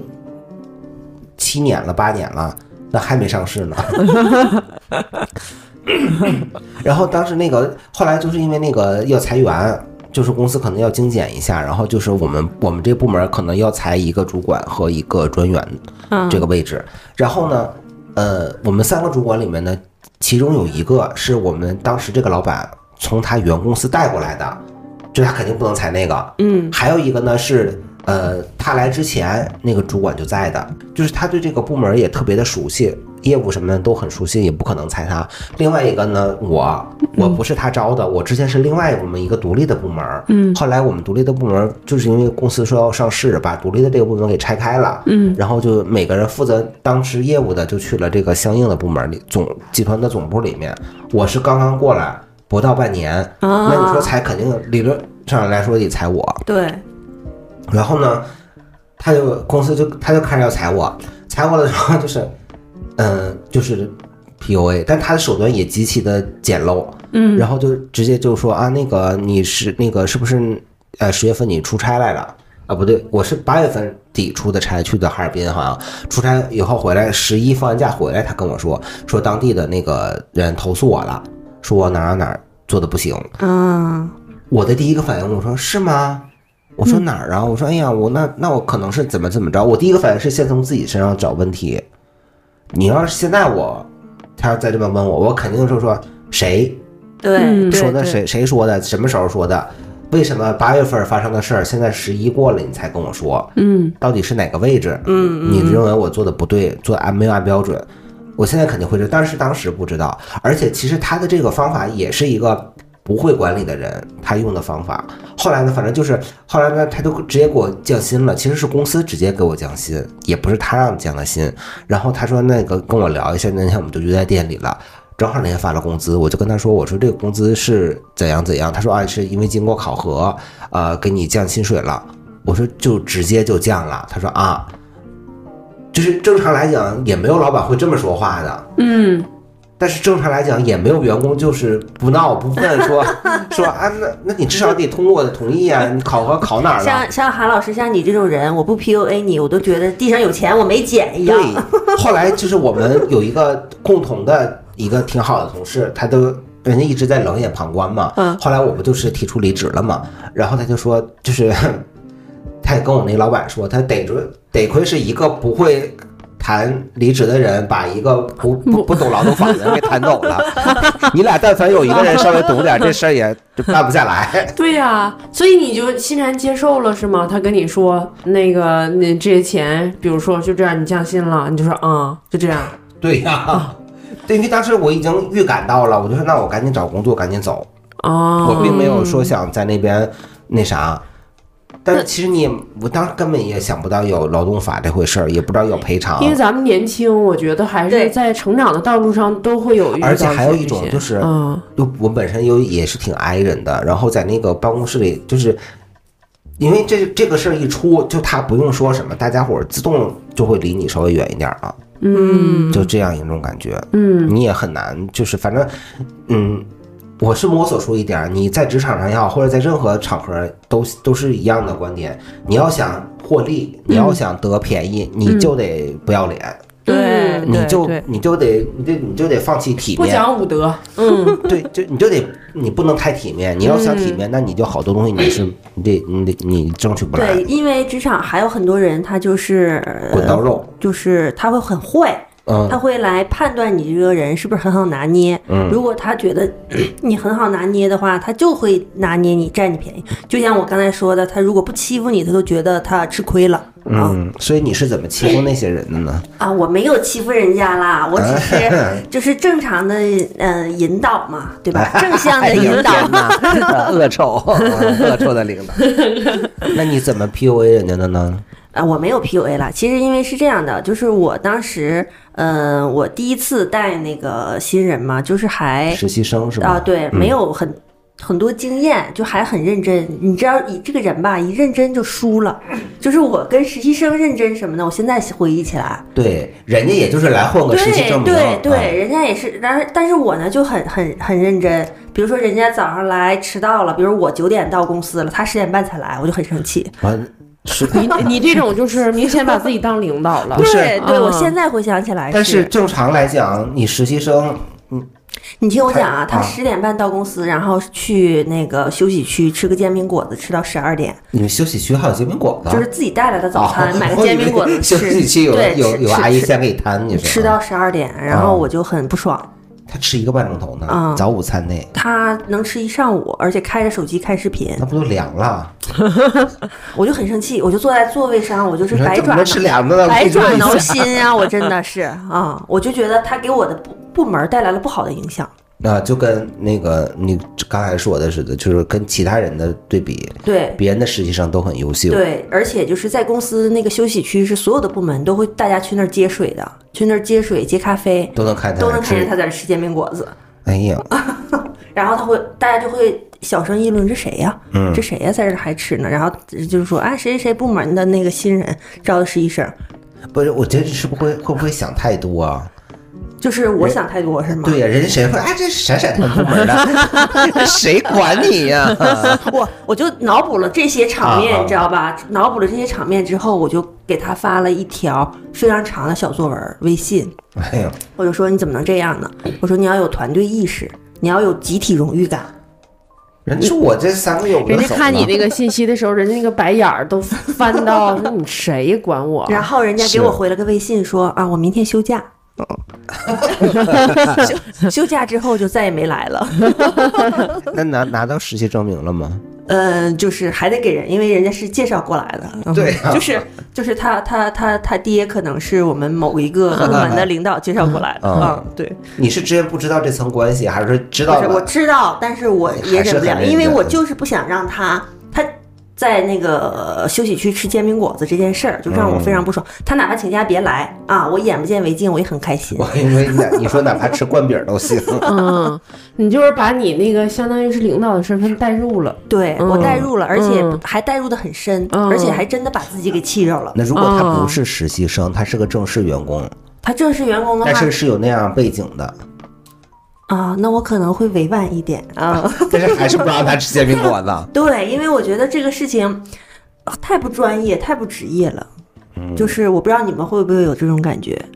Speaker 2: 7年了8年了，那还没上市呢。然后当时后来就是因为要裁员，就是公司可能要精简一下，然后就是我们这部门可能要裁1个主管和1个专员这个位置，然后呢我们3个主管里面呢，其中有1个是我们当时这个老板从他原公司带过来的，就是他肯定不能裁那个。还有1个呢是他来之前那个主管就在的，就是他对这个部门也特别的熟悉，业务什么的都很熟悉，也不可能裁他。另外1个呢，我不是他招的，我之前是另外我们一个独立的部门。后来我们独立的部门就是因为公司说要上市，把独立的这个部门给拆开了。然后就每个人负责当时业务的就去了这个相应的部门里，集团的总部里面。我是刚刚过来不到半年，那你说裁肯定理论上来说得裁我。
Speaker 4: 对。
Speaker 2: 然后呢，公司他就开始要裁我的时候就是 PUA， 但他的手段也极其的简陋，然后就直接就说啊，那个你是不是10月份你出差来了啊？不对，我是8月份底出的差，去的哈尔滨，好像出差以后回来11放完假回来，他跟我说当地的那个人投诉我了，说我哪儿做的不行。我的第一个反应我说是吗？我说哪儿啊？我说哎呀，那我可能是怎么着？我第一个反应是先从自己身上找问题。你要是现在他要再这么问我肯定就说谁
Speaker 4: 对
Speaker 2: 说的谁说的，什么时候说的？为什么8月份发生的事儿，现在11过了你才跟我说？到底是哪个位置？你认为我做的不对，没有按标准？我现在肯定会但是当时不知道，而且其实他的这个方法也是一个不会管理的人他用的方法。后来呢，反正就是后来呢，他就直接给我降薪了，其实是公司直接给我降薪，也不是他让降的薪。然后他说那个跟我聊一下，那天我们就约在店里了，正好那天发了工资，我就跟他说，我说这个工资是怎样，他说啊是因为经过考核，给你降薪水了。我说就直接就降了，他说啊，就是正常来讲也没有老板会这么说话的，但是正常来讲也没有员工就是不闹不愤说啊，那你至少得通过我的同意啊，你考核考哪儿了？
Speaker 4: 像韩老师像你这种人，我不 PUA 你，我都觉得地上有钱我没捡一样。
Speaker 2: 对，后来就是我们有一个共同的一个挺好的同事，人家一直在冷眼旁观嘛。后来我不就是提出离职了嘛，然后他就说就是他也跟我那老板说，他得亏是一个不会谈离职的人把一个不懂劳动法的人给谈走了。你俩但凡有一个人稍微懂点，这事儿也就办不下来。
Speaker 3: 对呀，所以你就欣然接受了是吗？他跟你说那这些钱，比如说就这样你降薪了，你就说就这样。
Speaker 2: 对呀，对，因为当时我已经预感到了，我就说那我赶紧找工作，赶紧走。我并没有说想在那边那啥。但是其实我当时根本也想不到有劳动法这回事儿，也不知道有赔偿。
Speaker 3: 因为咱们年轻，我觉得还是在成长的道路上都会有遇到。
Speaker 2: 而且还有一种就是，我本身也是挺挨人的，然后在那个办公室里，就是因为这个事儿一出，就他不用说什么，大家伙儿自动就会离你稍微远一点了。就这样一种感觉。你也很难，就是反正我是摸索出一点，你在职场上也好，或者在任何场合都是一样的观点。你要想获利，你要想得便宜，你就得不要脸。
Speaker 3: 对，
Speaker 2: 你就得放弃体面，
Speaker 3: 不讲武德。
Speaker 2: 对，你不能太体面。你要想体面，那你就好多东西你争取不来。
Speaker 4: 对，因为职场还有很多人，他就是
Speaker 2: 滚刀肉，
Speaker 4: 就是他会很坏。他会来判断你这个人是不是很好拿捏。如果他觉得你很好拿捏的话，他就会拿捏你，占你便宜。就像我刚才说的，他如果不欺负你，他都觉得他吃亏了。
Speaker 2: 所以你是怎么欺负那些人的呢？
Speaker 4: 我没有欺负人家啦，我只是就是正常的引导嘛，对吧？正向的引导嘛。
Speaker 2: 恶臭的领导。那你怎么 PUA 人家的呢？
Speaker 4: 我没有 PUA 啦，其实因为是这样的，就是我当时，我第一次带那个新人嘛，就是还
Speaker 2: 实习生是吧？
Speaker 4: 对，没有很多经验，就还很认真。你知道，这个人吧，一认真就输了。就是我跟实习生认真什么的，我现在回忆起来，
Speaker 2: 对，人家也就是来混个实习证明，
Speaker 4: 对，人家也是，但是我呢就很认真。比如说，人家早上来迟到了，比如我9点到公司了，他10点半才来，我就很生气。
Speaker 3: 你这种就是明显把自己当领导了。
Speaker 4: 对，我现在回想起来
Speaker 2: 但是正常来讲，你实习生，
Speaker 4: 你听我讲啊，他10点半到公司，然后去那个休息区吃个煎饼果子，吃到12点。
Speaker 2: 你们休息区还有煎饼果子？
Speaker 4: 就是自己带来的早餐，买个煎饼果子吃。
Speaker 2: 休息区有阿姨先给你摊，你说
Speaker 4: 吃到12点，然后我就很不爽。
Speaker 2: 他吃1个半钟头呢，早午餐内
Speaker 4: 他能吃一上午，而且开着手机看视频，
Speaker 2: 那不都凉了？
Speaker 4: 我就很生气，我就坐在座位上，我就是百爪挠心啊！我真的是我就觉得他给我的部门带来了不好的影响。
Speaker 2: 就跟那个你刚才说的似的，就是跟其他人的对比，
Speaker 4: 对
Speaker 2: 别人的实习生都很优秀，
Speaker 4: 对，而且就是在公司那个休息区，是所有的部门都会大家去那儿接水的，去那儿接水、接咖啡，
Speaker 2: 都能看见
Speaker 4: 他在那吃煎饼果子。
Speaker 2: 哎呀，
Speaker 4: 然后大家就会小声议论这谁呀？这谁呀，在这还吃呢？然后就是说啊，谁谁谁部门的那个新人招的实习生。
Speaker 2: 不是，我觉得是会不会想太多啊？
Speaker 4: 就是我想太多是吗？
Speaker 2: 对呀，人家谁会这是闪闪他部门的，谁管你呀？
Speaker 4: 我就脑补了这些场面，你知道吧？脑补了这些场面之后，我就给他发了一条非常长的小作文微信。
Speaker 2: 哎呦，
Speaker 4: 我就说你怎么能这样呢？我说你要有团队意识，你要有集体荣誉感。
Speaker 2: 人家说我这3个月
Speaker 3: 人家看你那个信息的时候，人家那个白眼儿都翻到，说你谁管我？
Speaker 4: 然后人家给我回了个微信说啊，我明天休假。休假之后就再也没来了。
Speaker 2: 那拿到实习证明了吗？
Speaker 4: 就是还得给人，因为人家是介绍过来的。
Speaker 2: 对啊，
Speaker 4: 就是他爹可能是我们某一个部门的领导介绍过来的。对。
Speaker 2: 你是之前不知道这层关系，还是说知道了？
Speaker 4: 我知道，但是我也忍不了，因为我就是不想让他在那个休息区吃煎饼果子这件事儿，就让我非常不爽。他哪怕请假别来啊，我眼不见为净，我也很开心。
Speaker 2: 我以为你说哪怕吃灌饼都行。
Speaker 3: 你就是把你那个相当于是领导的身份带入了。
Speaker 4: 对，我带入了，而且还带入的很深，而且还真的把自己给气着了。
Speaker 2: 那如果他不是实习生，他是个正式员工，
Speaker 4: 他正式员工的话，
Speaker 2: 但是有那样背景的。
Speaker 4: 那我可能会委婉一点啊，
Speaker 2: 但是还是不让他吃煎饼果子。
Speaker 4: 对，因为我觉得这个事情太不专业，太不职业了。就是我不知道你们会不会有这种感觉。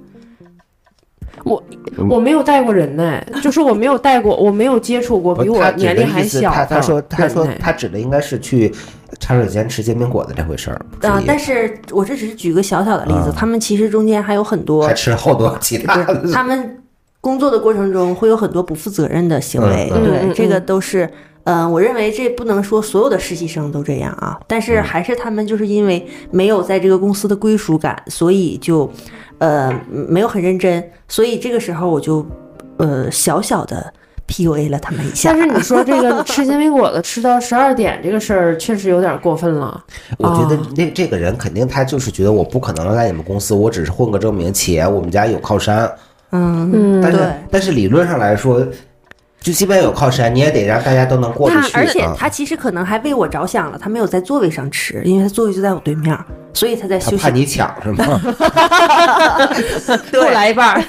Speaker 3: 我没有带过人呢，就是我没有带过，我没有接触过比我年龄还小的。
Speaker 2: 他说他指的应该是去茶水间吃煎饼果子这回事儿
Speaker 4: 但是我这只是举个小小的例子，他们其实中间还有很多，
Speaker 2: 还吃了好多其他的。
Speaker 4: 他们工作的过程中会有很多不负责任的行为，对，这个都是，我认为这不能说所有的实习生都这样啊，但是还是他们就是因为没有在这个公司的归属感，所以就，没有很认真，所以这个时候我就，小小的 PUA 了他们一下。
Speaker 3: 但是你说这个吃煎饼果子吃到12点这个事儿，确实有点过分了。
Speaker 2: 我觉得这个人肯定他就是觉得我不可能来你们公司，我只是混个证明，且我们家有靠山。但是理论上来说，就即便有靠山，你也得让大家都能过得去。
Speaker 4: 而且他其实可能还为我着想了，他没有在座位上吃，因为他座位就在我对面，所以他在休息。
Speaker 2: 他怕你抢是吗？
Speaker 3: 多来一半。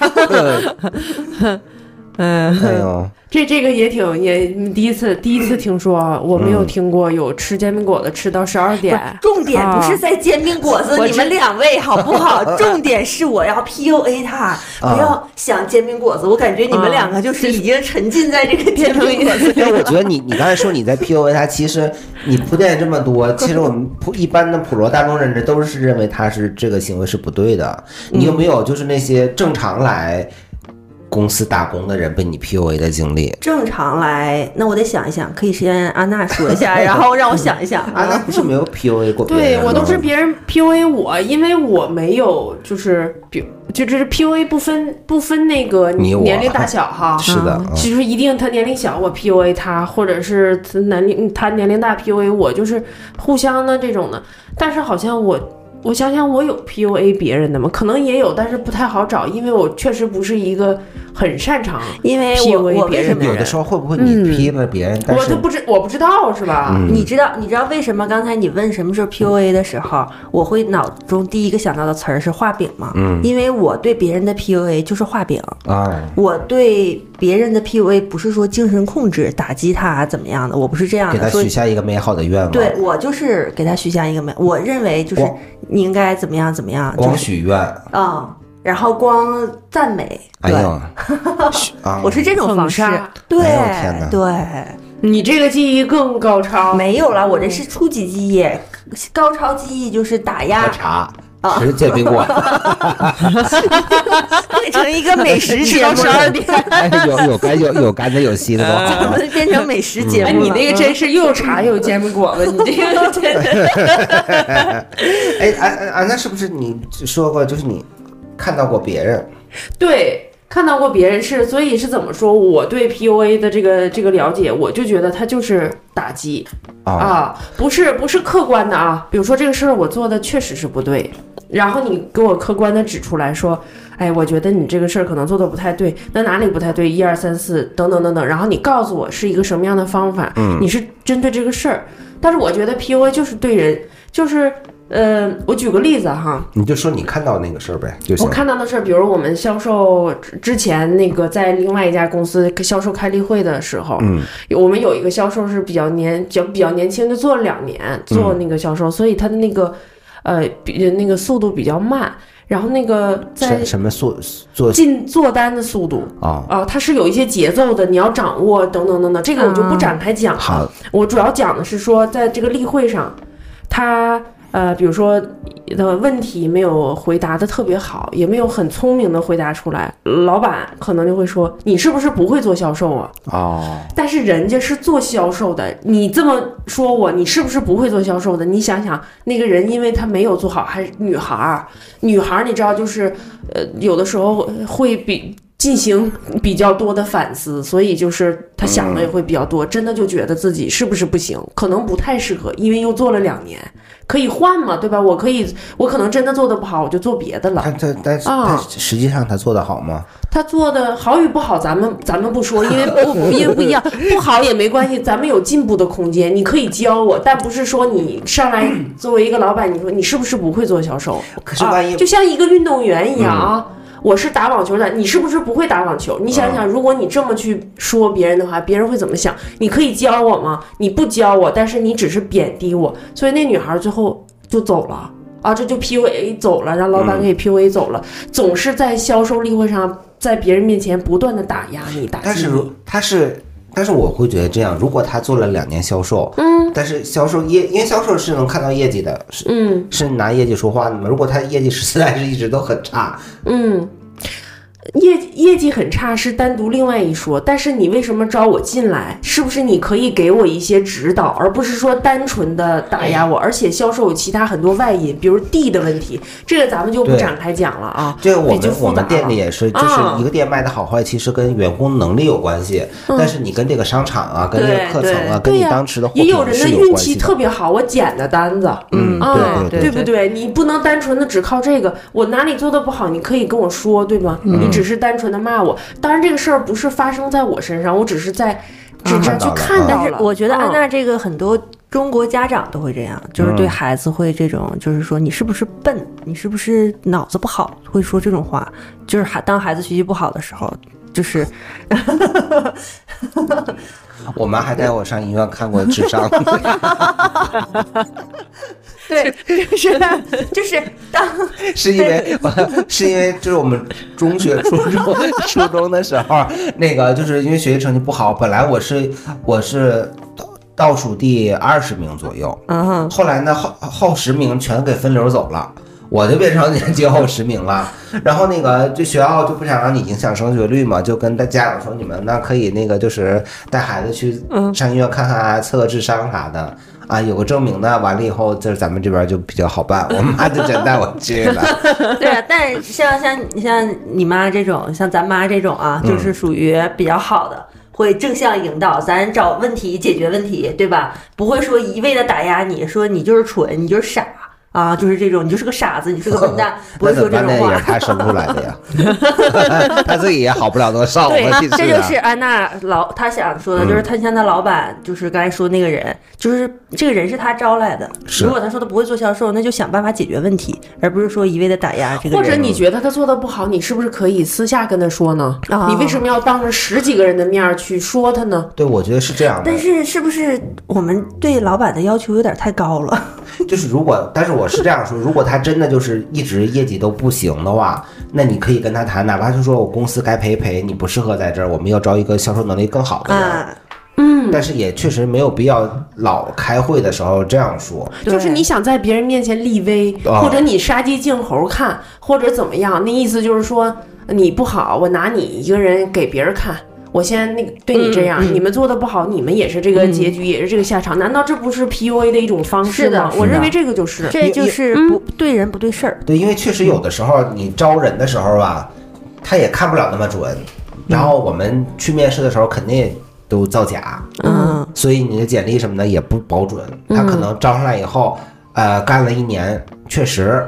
Speaker 2: 哎呦，
Speaker 3: 这个也第一次听说，我没有听过有吃煎饼果子吃到12点。
Speaker 4: 重点不是在煎饼果子，你们2位好不好？重点是我要 PUA 他，不要想煎饼果子。我感觉你们2个就是已经沉浸在这个煎饼果子。
Speaker 2: 因为我觉得你刚才说你在 PUA 他，其实你铺垫这么多，其实我们一般的普罗大众认知都是认为他是这个行为是不对的。你有没有就是那些正常来公司打工的人被你 PUA 的经历？
Speaker 4: 正常来，那我得想一想，可以先安娜说一下，然后让我想一想。
Speaker 2: 安娜不是没有 PUA 过别人？
Speaker 3: 对，我都是别人 PUA 我，因为我没有就是PUA 不分那个年龄大小哈。
Speaker 2: 是的，
Speaker 3: 其实一定他年龄小我 PUA 他，或者是他年龄大 PUA 我，就是互相的这种的。但是好像我想想，我有 PUA 别人的吗？可能也有，但是不太好找，因为我确实不是一个很擅长 PUA 别人的人。
Speaker 2: 有的时候会不会你 P 了别人？但是
Speaker 3: 我不知道是吧？
Speaker 4: 你知道为什么刚才你问什么是 PUA 的时候，我会脑中第一个想到的词儿是画饼吗？因为我对别人的 PUA 就是画饼啊。我对别人的 PUA 不是说精神控制、打击他怎么样的，我不是这样的。
Speaker 2: 给他许下一个美好的愿望。
Speaker 4: 对，我就是给他许下一个我认为就是你应该怎么样怎么样，
Speaker 2: 光许愿
Speaker 4: 啊，然后光赞美。
Speaker 2: 哎呦，
Speaker 4: 我是这种方式。对，
Speaker 2: 天哪，
Speaker 4: 对，
Speaker 3: 你这个记忆更高超。
Speaker 4: 没有了，我这是初级记忆，高超记忆就是打压。
Speaker 2: 喝茶。吃煎饼果子，
Speaker 4: 变成一个美食节目。
Speaker 3: 12点，
Speaker 2: 有干的有稀的都好。
Speaker 4: 我们变成美食节目了。
Speaker 3: 你那个真是又有茶又有煎饼果子，你这个真的。
Speaker 2: 那是不是你说过，就是你看到过别人？
Speaker 3: 对。看到过别人所以是怎么说？我对 PUA 的这个了解，我就觉得它就是打击不是客观的啊。比如说这个事儿我做的确实是不对， 然后你给我客观的指出来说，哎，我觉得你这个事儿可能做的不太对，那哪里不太对？1、2、3、4等等等等，然后你告诉我是一个什么样的方法，你是针对这个事儿。但是我觉得 PUA 就是对人，就是我举个例子哈，
Speaker 2: 你就说你看到那个事儿呗就行。
Speaker 3: 我看到的事儿，比如我们销售之前那个在另外一家公司销售开例会的时候，我们有一个销售是比较年轻的，做了2年做那个销售，所以他的那个那个速度比较慢。然后那个在
Speaker 2: 什么
Speaker 3: 做单的速度它是有一些节奏的，你要掌握等等等等，这个我就不展开讲了。
Speaker 2: 好，
Speaker 3: 我主要讲的是说，在这个例会上，他比如说的问题没有回答的特别好，也没有很聪明的回答出来，老板可能就会说你是不是不会做销售啊？但是人家是做销售的，你这么说你是不是不会做销售的？你想想那个人，因为他没有做好，还是女孩你知道就是有的时候会进行比较多的反思，所以就是他想的也会比较多，真的就觉得自己是不是不行，可能不太适合，因为又做了2年，可以换嘛，对吧？我可能真的做的不好，我就做别的了。
Speaker 2: 但实际上他做的好吗？
Speaker 3: 他做的好与不好，咱们不说，因为不一样，不好也没关系，咱们有进步的空间，你可以教我，但不是说你上来作为一个老板，你说你是不是不会做销售？
Speaker 2: 可是万一
Speaker 3: 就像一个运动员一样啊。我是打网球的，你是不是不会打网球？你想想，如果你这么去说别人的话，别人会怎么想？你可以教我吗？你不教我，但是你只是贬低我，所以那女孩最后就走了啊，这就 PUA 走了，让老板给 PUA 走了，总是在销售例会上，在别人面前不断的打压你，打击你。
Speaker 2: 但是我会觉得这样，如果他做了2年销售，但是销售因为销售是能看到业绩的，是拿业绩说话的嘛。如果他业绩实在是一直都很差，
Speaker 3: 业绩很差是单独另外一说，但是你为什么招我进来？是不是你可以给我一些指导，而不是说单纯的打压我？而且销售有其他很多外因，比如地的问题，这个咱们就不展开讲了啊。
Speaker 2: 这个我们店里也是，就是一个店卖的好坏，其实跟员工能力有关系，但是你跟这个商场啊，跟这个课程啊，跟你当时的货品
Speaker 3: 也有人的运气特别好，我捡的单子，对不对？你不能单纯的只靠这个，我哪里做的不好，你可以跟我说，对吗？你只是单纯的骂我，当然这个事儿不是发生在我身上，我只是去看到了。
Speaker 4: 但是我觉得安娜这个很多中国家长都会这样，就是对孩子会这种，就是说你是不是笨，你是不是脑子不好，会说这种话，就是当孩子学习不好的时候，就是
Speaker 2: 我妈还带我上医院看过智商。
Speaker 4: 对，就是
Speaker 2: 是因为就是我们中学、初中的时候，那个就是因为学习成绩不好，本来我是倒数第20名左右，后来呢后10名全给分流走了。我就变成年级后10名了，然后那个就学校就不想让你影响升学率嘛，就跟家长说你们那可以那个就是带孩子去上医院看看啊，测个智商啥的啊，有个证明的，完了以后就是咱们这边就比较好办，我妈就真带我去了。
Speaker 4: 对啊，但是像你妈这种，像咱妈这种啊，就是属于比较好的。会正向引导，咱找问题解决问题，对吧？不会说一味的打压你，说你就是蠢，你就是傻啊，就是这种，你就是个傻子，你是个笨蛋，不会说这种话。
Speaker 2: 那也是他生出来的呀，他自己也好不了多少。
Speaker 4: 对，这就是安娜他想说的，就是他像他老板，就是刚才说那个人，就是这个人是他招来的。如果他说他不会做销售，那就想办法解决问题，而不是说一味的打压这个人。
Speaker 3: 或者你觉得他做的不好，你是不是可以私下跟他说呢？你为什么要当着10几个人的面去说他呢？
Speaker 2: 对，我觉得是这样的。
Speaker 4: 但是是不是我们对老板的要求有点太高了？
Speaker 2: 就是但是我是这样说，如果他真的就是一直业绩都不行的话，那你可以跟他谈，哪怕就说我公司该赔，你不适合在这儿，我们要招一个销售能力更好的人。但是也确实没有必要老开会的时候这样说，
Speaker 3: 就是你想在别人面前立威，或者你杀鸡儆猴看，或者怎么样，那意思就是说你不好，我拿你一个人给别人看。我先那个对你这样，你们做的不好，你们也是这个结局，也是这个下场。难道这不是 PUA 的一种方式吗？我认为这个就是，
Speaker 4: 这就是不对人不对事儿。
Speaker 2: 对，因为确实有的时候你招人的时候吧，他也看不了那么准。然后我们去面试的时候肯定也都造假，所以你的简历什么的也不保准。他可能招上来以后，干了1年，确实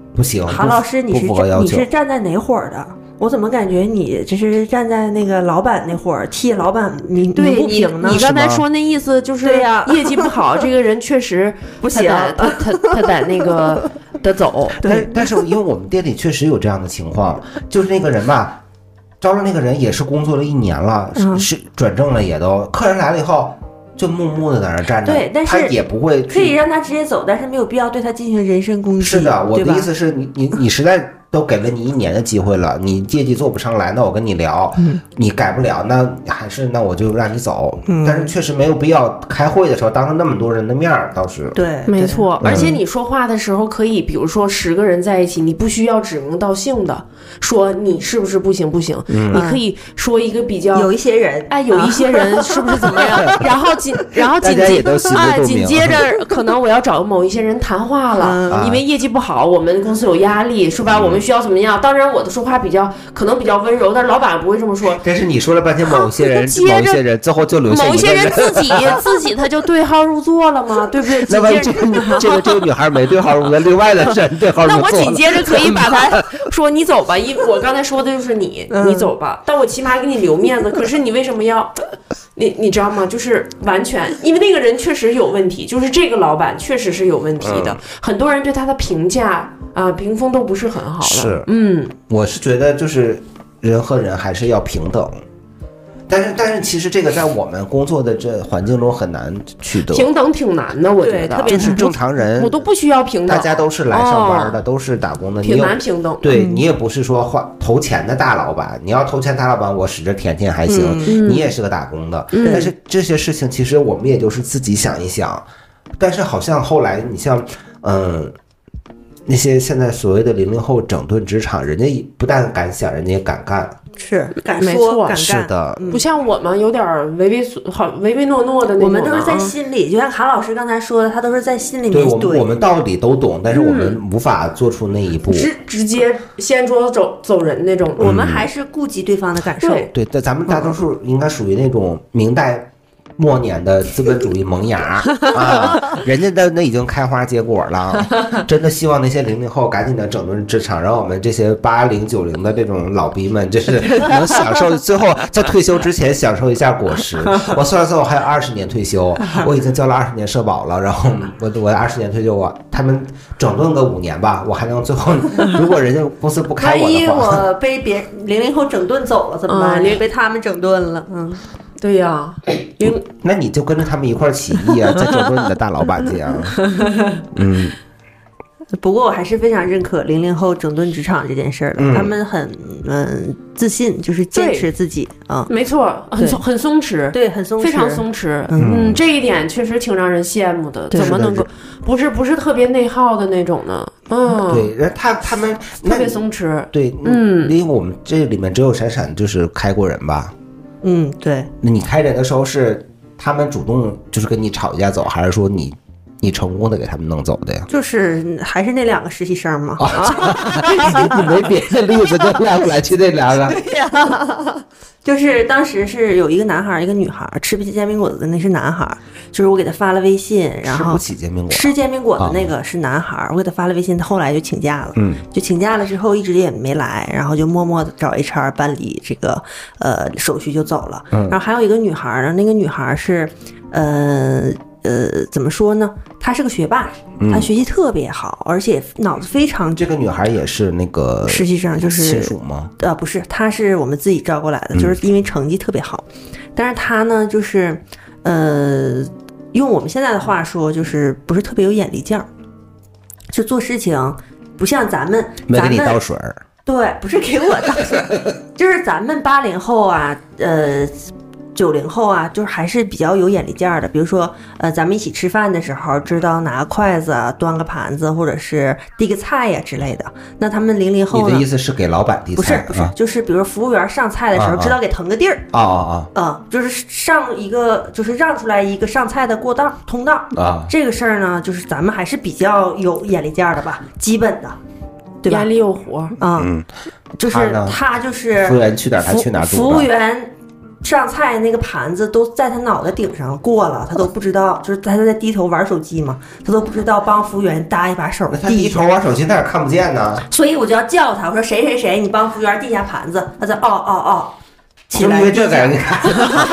Speaker 2: 不行，
Speaker 4: 韩老师，
Speaker 2: 不符合要求。
Speaker 4: 你是站在哪伙的？我怎么感觉你这是站在那个老板那伙儿，替老板鸣不平呢？
Speaker 3: 你刚才说那意思就是，
Speaker 4: 对呀，
Speaker 3: 业绩不好，这个人确实
Speaker 4: 不行，
Speaker 3: 他得那个得走。
Speaker 2: 但是因为我们店里确实有这样的情况，就是那个人吧，招了那个人也是工作了1年了，是转正了也都，客人来了以后就默默的在那儿站着，
Speaker 4: 对，但是
Speaker 2: 他也不会
Speaker 4: 可以让他直接走，但是没有必要对他进行人身攻击。
Speaker 2: 是的，我的意思是你实在都给了你1年的机会了，你业绩做不上来，那我跟你聊，你改不了，那还是那我就让你走。但是确实没有必要开会的时候当着那么多人的面倒是。
Speaker 4: 对，
Speaker 3: 没错。而且你说话的时候可以，比如说10个人在一起，你不需要指名道姓的说你是不是不行，你可以说一个比较
Speaker 4: 有一些人，
Speaker 3: 有一些人是不是怎么样，然后紧接着可能我要找某一些人谈话了，因为业绩不好，我们公司有压力，是吧？我们需要怎么样？当然我的说话可能比较温柔，但是老板不会这么说。
Speaker 2: 但是你说了半天某一些人，最后就留下
Speaker 3: 某一些人自己他就对号入座了吗？对不对？
Speaker 2: 那万一这个女孩没对号入座，另外的人对号入座，
Speaker 3: 那我紧接着可以把他说你走吧，因为我刚才说的就是你走吧，但我起码给你留面子。可是你为什么要？你知道吗？就是完全因为那个人确实有问题，就是这个老板确实是有问题的，很多人对他的评价评分都不是很好的。
Speaker 2: 是，我是觉得就是人和人还是要平等。但是其实这个在我们工作的这环境中很难取得，
Speaker 3: 平等挺难的，我觉得。
Speaker 2: 就是正常人，
Speaker 3: 我都不需要平等，
Speaker 2: 大家都是来上班的，都是打工的，
Speaker 3: 挺难平等。
Speaker 2: 对，你也不是说投钱的大老板，你要投钱大老板，我使着甜甜还行，你也是个打工的。但是这些事情其实我们也就是自己想一想，但是好像后来你像那些现在所谓的00后整顿职场，人家不但敢想，人家也敢干。
Speaker 4: 是敢说敢干，
Speaker 2: 是的，
Speaker 3: 不像我们有点唯唯诺诺的那种。
Speaker 4: 我们都是在心里，就像韩老师刚才说的，他都是在心里面。
Speaker 2: 对，我们道理都懂，但是我们无法做出那一步，
Speaker 3: 直接掀桌走人那种。
Speaker 4: 我们还是顾及对方的感受。
Speaker 2: 对，但咱们大多数应该属于那种明代末年的资本主义萌芽人家的那已经开花结果了，真的希望那些00后赶紧的整顿职场，让我们这些80、90的这种老逼们，就是能享受最后在退休之前享受一下果实。我算了算，我还有20年退休，我已经交了20年社保了，然后我20年退休他们整顿个5年吧，我还能最后，如果人家公司不开我的话，
Speaker 4: 万一我被00后整顿走了怎么办？被他们整顿了，
Speaker 3: 对呀，
Speaker 2: 那你就跟着他们一块儿起义啊，再整顿你的大老板去啊。
Speaker 4: 不过我还是非常认可00后整顿职场这件事儿的，他们很自信，就是坚持自己
Speaker 3: 没错，很松弛，
Speaker 4: 对，很松弛，
Speaker 3: 非常松弛。这一点确实挺让人羡慕的。怎么能够不是特别内耗的那种呢？
Speaker 2: 对，人他们
Speaker 3: 特别松弛。
Speaker 2: 对，因为我们这里面只有闪闪就是开过人吧。
Speaker 4: 对。
Speaker 2: 那你开人的时候是他们主动就是跟你吵架走，还是说你成功的给他们弄走的呀？
Speaker 4: 就是还是那2个实习生嘛。
Speaker 2: 你没别的例子就来不来去那2个？
Speaker 4: 对呀，就是当时是有一个男孩一个女孩，吃不起煎饼果子的那是男孩，就是我给他发了微信，然后
Speaker 2: 吃不起煎饼果子，
Speaker 4: 吃煎饼果子那个是男孩，我给他发了微信，他后来就请假了，就请假了之后一直也没来，然后就默默的找 HR 办理这个手续就走了。然后还有一个女孩呢，那个女孩是怎么说呢？她是个学霸，她学习特别好，而且脑子非常。
Speaker 2: 这个女孩也是那个
Speaker 4: 实际上就是
Speaker 2: 亲属吗？
Speaker 4: 不是，她是我们自己招过来的，就是因为成绩特别好。但是她呢，就是用我们现在的话说，就是不是特别有眼力劲儿，就做事情不像咱们
Speaker 2: 没给你倒水。
Speaker 4: 对，不是给我倒水，就是咱们80后啊，90后啊，就是还是比较有眼力劲儿的。比如说，咱们一起吃饭的时候，知道拿筷子啊、端个盘子，或者是递个菜呀之类的。那他们00后呢？
Speaker 2: 你的意思是给老板递菜？
Speaker 4: 不是，就是比如服务员上菜的时候，知道给腾个地儿。就是上一个，就是让出来一个上菜的通道啊。这个事儿呢，就是咱们还是比较有眼力劲儿的吧，基本的。对吧？
Speaker 3: 眼里有活
Speaker 4: 就是他就是
Speaker 2: 服务员去哪儿他去哪儿，
Speaker 4: 服务员上菜那个盘子都在他脑袋顶上过了，他都不知道，就是他在低头玩手机嘛，他都不知道帮服务员搭一把手。
Speaker 2: 那他低头玩手机，他也看不见呢。
Speaker 4: 所以我就要叫他，我说谁谁谁，你帮服务员递下盘子。他在起来。
Speaker 2: 因为这个你看，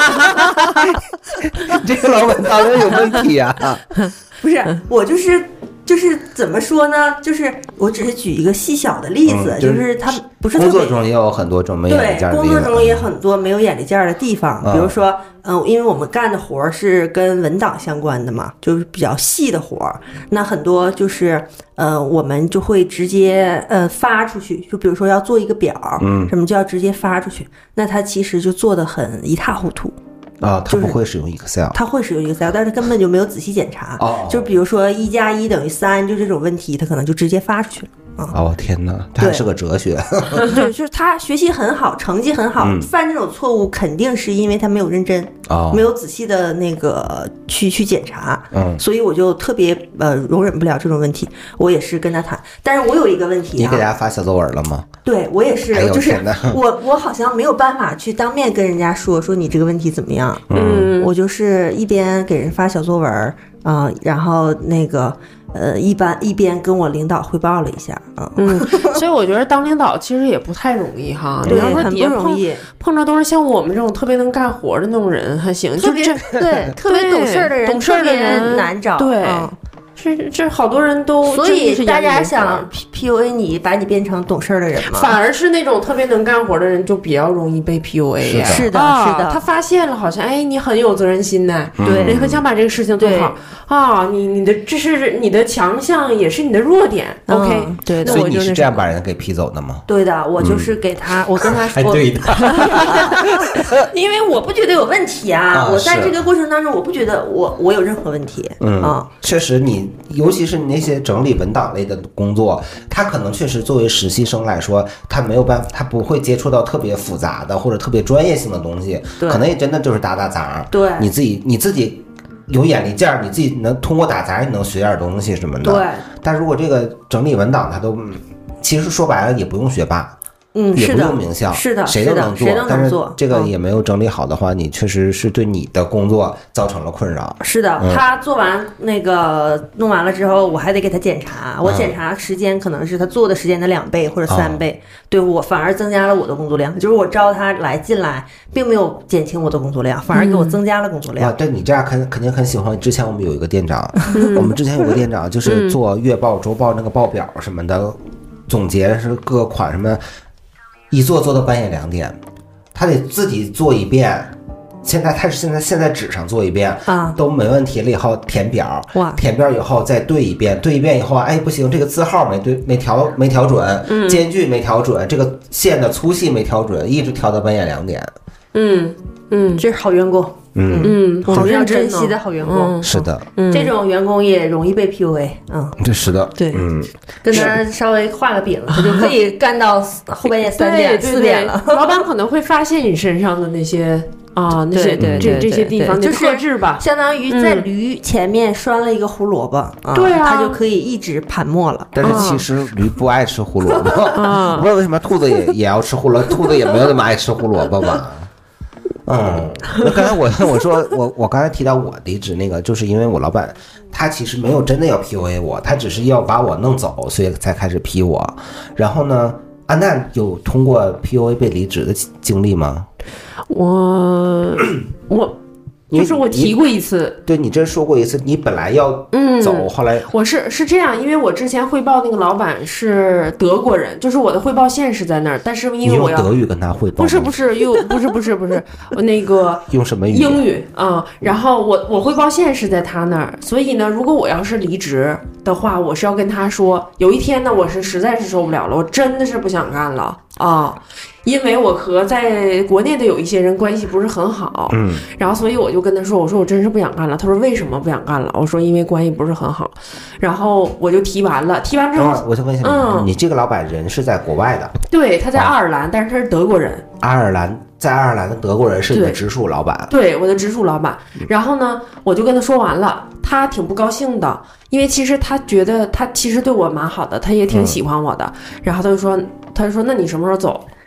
Speaker 2: 这个老板当然有问题啊。
Speaker 4: 不是，我就是怎么说呢？就是我只是举一个细小的例子，就是他不是
Speaker 2: 工作中也有很多种没眼力见儿的地方。
Speaker 4: 对，工作中也很多没有眼力见儿的地方，比如说，因为我们干的活儿是跟文档相关的嘛，就是比较细的活儿，那很多就是我们就会直接发出去，就比如说要做一个表，什么就要直接发出去，那他其实就做得很一塌糊涂。
Speaker 2: 他不会使用 Excel，
Speaker 4: 他会使用 Excel， 但是他根本就没有仔细检查。就比如说1+1=3，就这种问题，他可能就直接发出去了。
Speaker 2: 天哪，这还是个哲学。
Speaker 4: 对，就是他学习很好，成绩很好，犯这种错误肯定是因为他没有认真，没有仔细的那个去检查。所以我就特别容忍不了这种问题，我也是跟他谈。但是我有一个问题，
Speaker 2: 你给大家发小作文了吗？
Speaker 4: 对，我也是，就是我好像没有办法去当面跟人家说你这个问题怎么样。我就是一边给人发小作文然后那个一边跟我领导汇报了一下
Speaker 3: 所以我觉得当领导其实也不太容易哈。
Speaker 4: 对，很不容易，
Speaker 3: 碰着都是像我们这种特别能干活的那种人还行，
Speaker 4: 特别特别懂事的人，
Speaker 3: 懂事的人
Speaker 4: 难找。
Speaker 3: 对。这好多人都，
Speaker 4: 所以大家想 PUA 你，把你变成懂事的人吗？
Speaker 3: 反而是那种特别能干活的人就比较容易被 PUA
Speaker 4: 呀。是的，是的。
Speaker 3: 他发现了，好像你很有责任心呢，
Speaker 4: 对，
Speaker 3: 你很想把这个事情做好你的这是你的强项，也是你的弱点。OK，
Speaker 4: 对的。
Speaker 2: 所以你是这样把人给批走的吗？
Speaker 4: 对的，我就是给他，我跟他说，
Speaker 2: 对的，
Speaker 4: 因为我不觉得有问题啊，我在这个过程当中，我不觉得我有任何问题。
Speaker 2: 确实你。尤其是那些整理文档类的工作，他可能确实作为实习生来说，他没有办法，他不会接触到特别复杂的或者特别专业性的东西，可能也真的就是打杂。
Speaker 4: 对，
Speaker 2: 你自己有眼力见儿，你自己能通过打杂你能学点东西什么的。
Speaker 4: 对，
Speaker 2: 但如果这个整理文档，他都其实说白了也不用学霸。也不用名校，
Speaker 4: 是的，
Speaker 2: 谁都能做，但是这个也没有整理好的话，你确实是对你的工作造成了困扰。
Speaker 4: 是的，他做完那个弄完了之后，我还得给他检查，我检查时间可能是他做的时间的2倍或者3倍，对我反而增加了我的工作量，就是我招他进来，并没有减轻我的工作量，反而给我增加了工作量。
Speaker 2: 对你这样肯定很喜欢。之前我们有一个店长，我们之前有个店长就是做月报、周报那个报表什么的，总结是各款什么。一做到半夜2点，他得自己做一遍。现在纸上做一遍都没问题了，以后填表，填表以后再对一遍以后，不行，这个字号没调准，间距没调准，这个线的粗细没调准，一直调到半夜2点。
Speaker 4: 这是好员工。我们要珍惜的好员工。
Speaker 2: 是的，
Speaker 4: 这种员工也容易被 PUA。
Speaker 2: 这是的，
Speaker 4: 对，跟他稍微画个饼，他就可以干到后半夜3点、4点了。
Speaker 3: 老板可能会发现你身上的那些那些这些地方
Speaker 4: 就是
Speaker 3: 特质吧，
Speaker 4: 相当于在驴前面拴了一个胡萝卜，
Speaker 3: 对啊，
Speaker 4: 他就可以一直盘磨了。
Speaker 2: 但是其实驴不爱吃胡萝卜，不知道为什么兔子也要吃胡萝卜，兔子也没有那么爱吃胡萝卜吧。那刚才我刚才提到我离职那个，就是因为我老板他其实没有真的要 PUA 我，他只是要把我弄走，所以才开始批我。然后呢，安娜有通过 PUA 被离职的经历吗？
Speaker 3: 我就是我提过一次，
Speaker 2: 对你这说过一次，你本来要走，后来
Speaker 3: 我是这样，因为我之前汇报那个老板是德国人，就是我的汇报线是在那儿，但是因为我要
Speaker 2: 用德语跟他汇报，
Speaker 3: 不是那个
Speaker 2: 用什么语？
Speaker 3: 英语然后我汇报线是在他那儿，所以呢，如果我要是离职的话，我是要跟他说，有一天呢，我是实在是受不了了，我真的是不想干了因为我和在国内的有一些人关系不是很好，然后所以我就跟他说，我说我真是不想干了。他说为什么不想干了？我说因为关系不是很好。然后我就提完之后，
Speaker 2: 我就问一下你这个老板人是在国外的？
Speaker 3: 对，他在爱尔兰，但是他是德国人。
Speaker 2: 在爱尔兰的德国人是你的直属老板？
Speaker 3: 对，我的直属老板。然后呢，我就跟他说完了，他挺不高兴的，因为其实他觉得他其实对我蛮好的，他也挺喜欢我的。然后他就说那你什么时候走？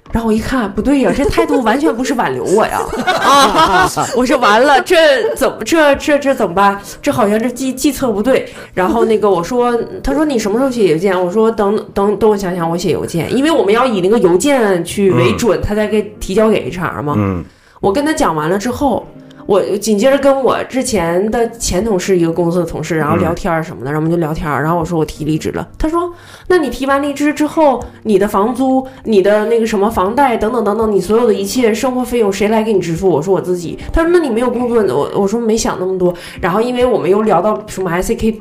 Speaker 3: 然后我一看不对呀，这态度完全不是挽留我呀！我说完了，这怎么这怎么办？这好像这计策不对。然后那个我说，他说你什么时候写邮件？我说等我想想，我写邮件，因为我们要以那个邮件去为准，他才给提交给 HR 嘛。我跟他讲完了之后。我紧接着跟我之前的前同事一个公司的同事，然后聊天什么的，然后我们就聊天，然后我说我提离职了，他说那你提完离职之后，你的房租、你的那个什么房贷等等等等，你所有的一切生活费用谁来给你支付？我说我自己。他说那你没有工作，我说没想那么多。然后因为我们又聊到什么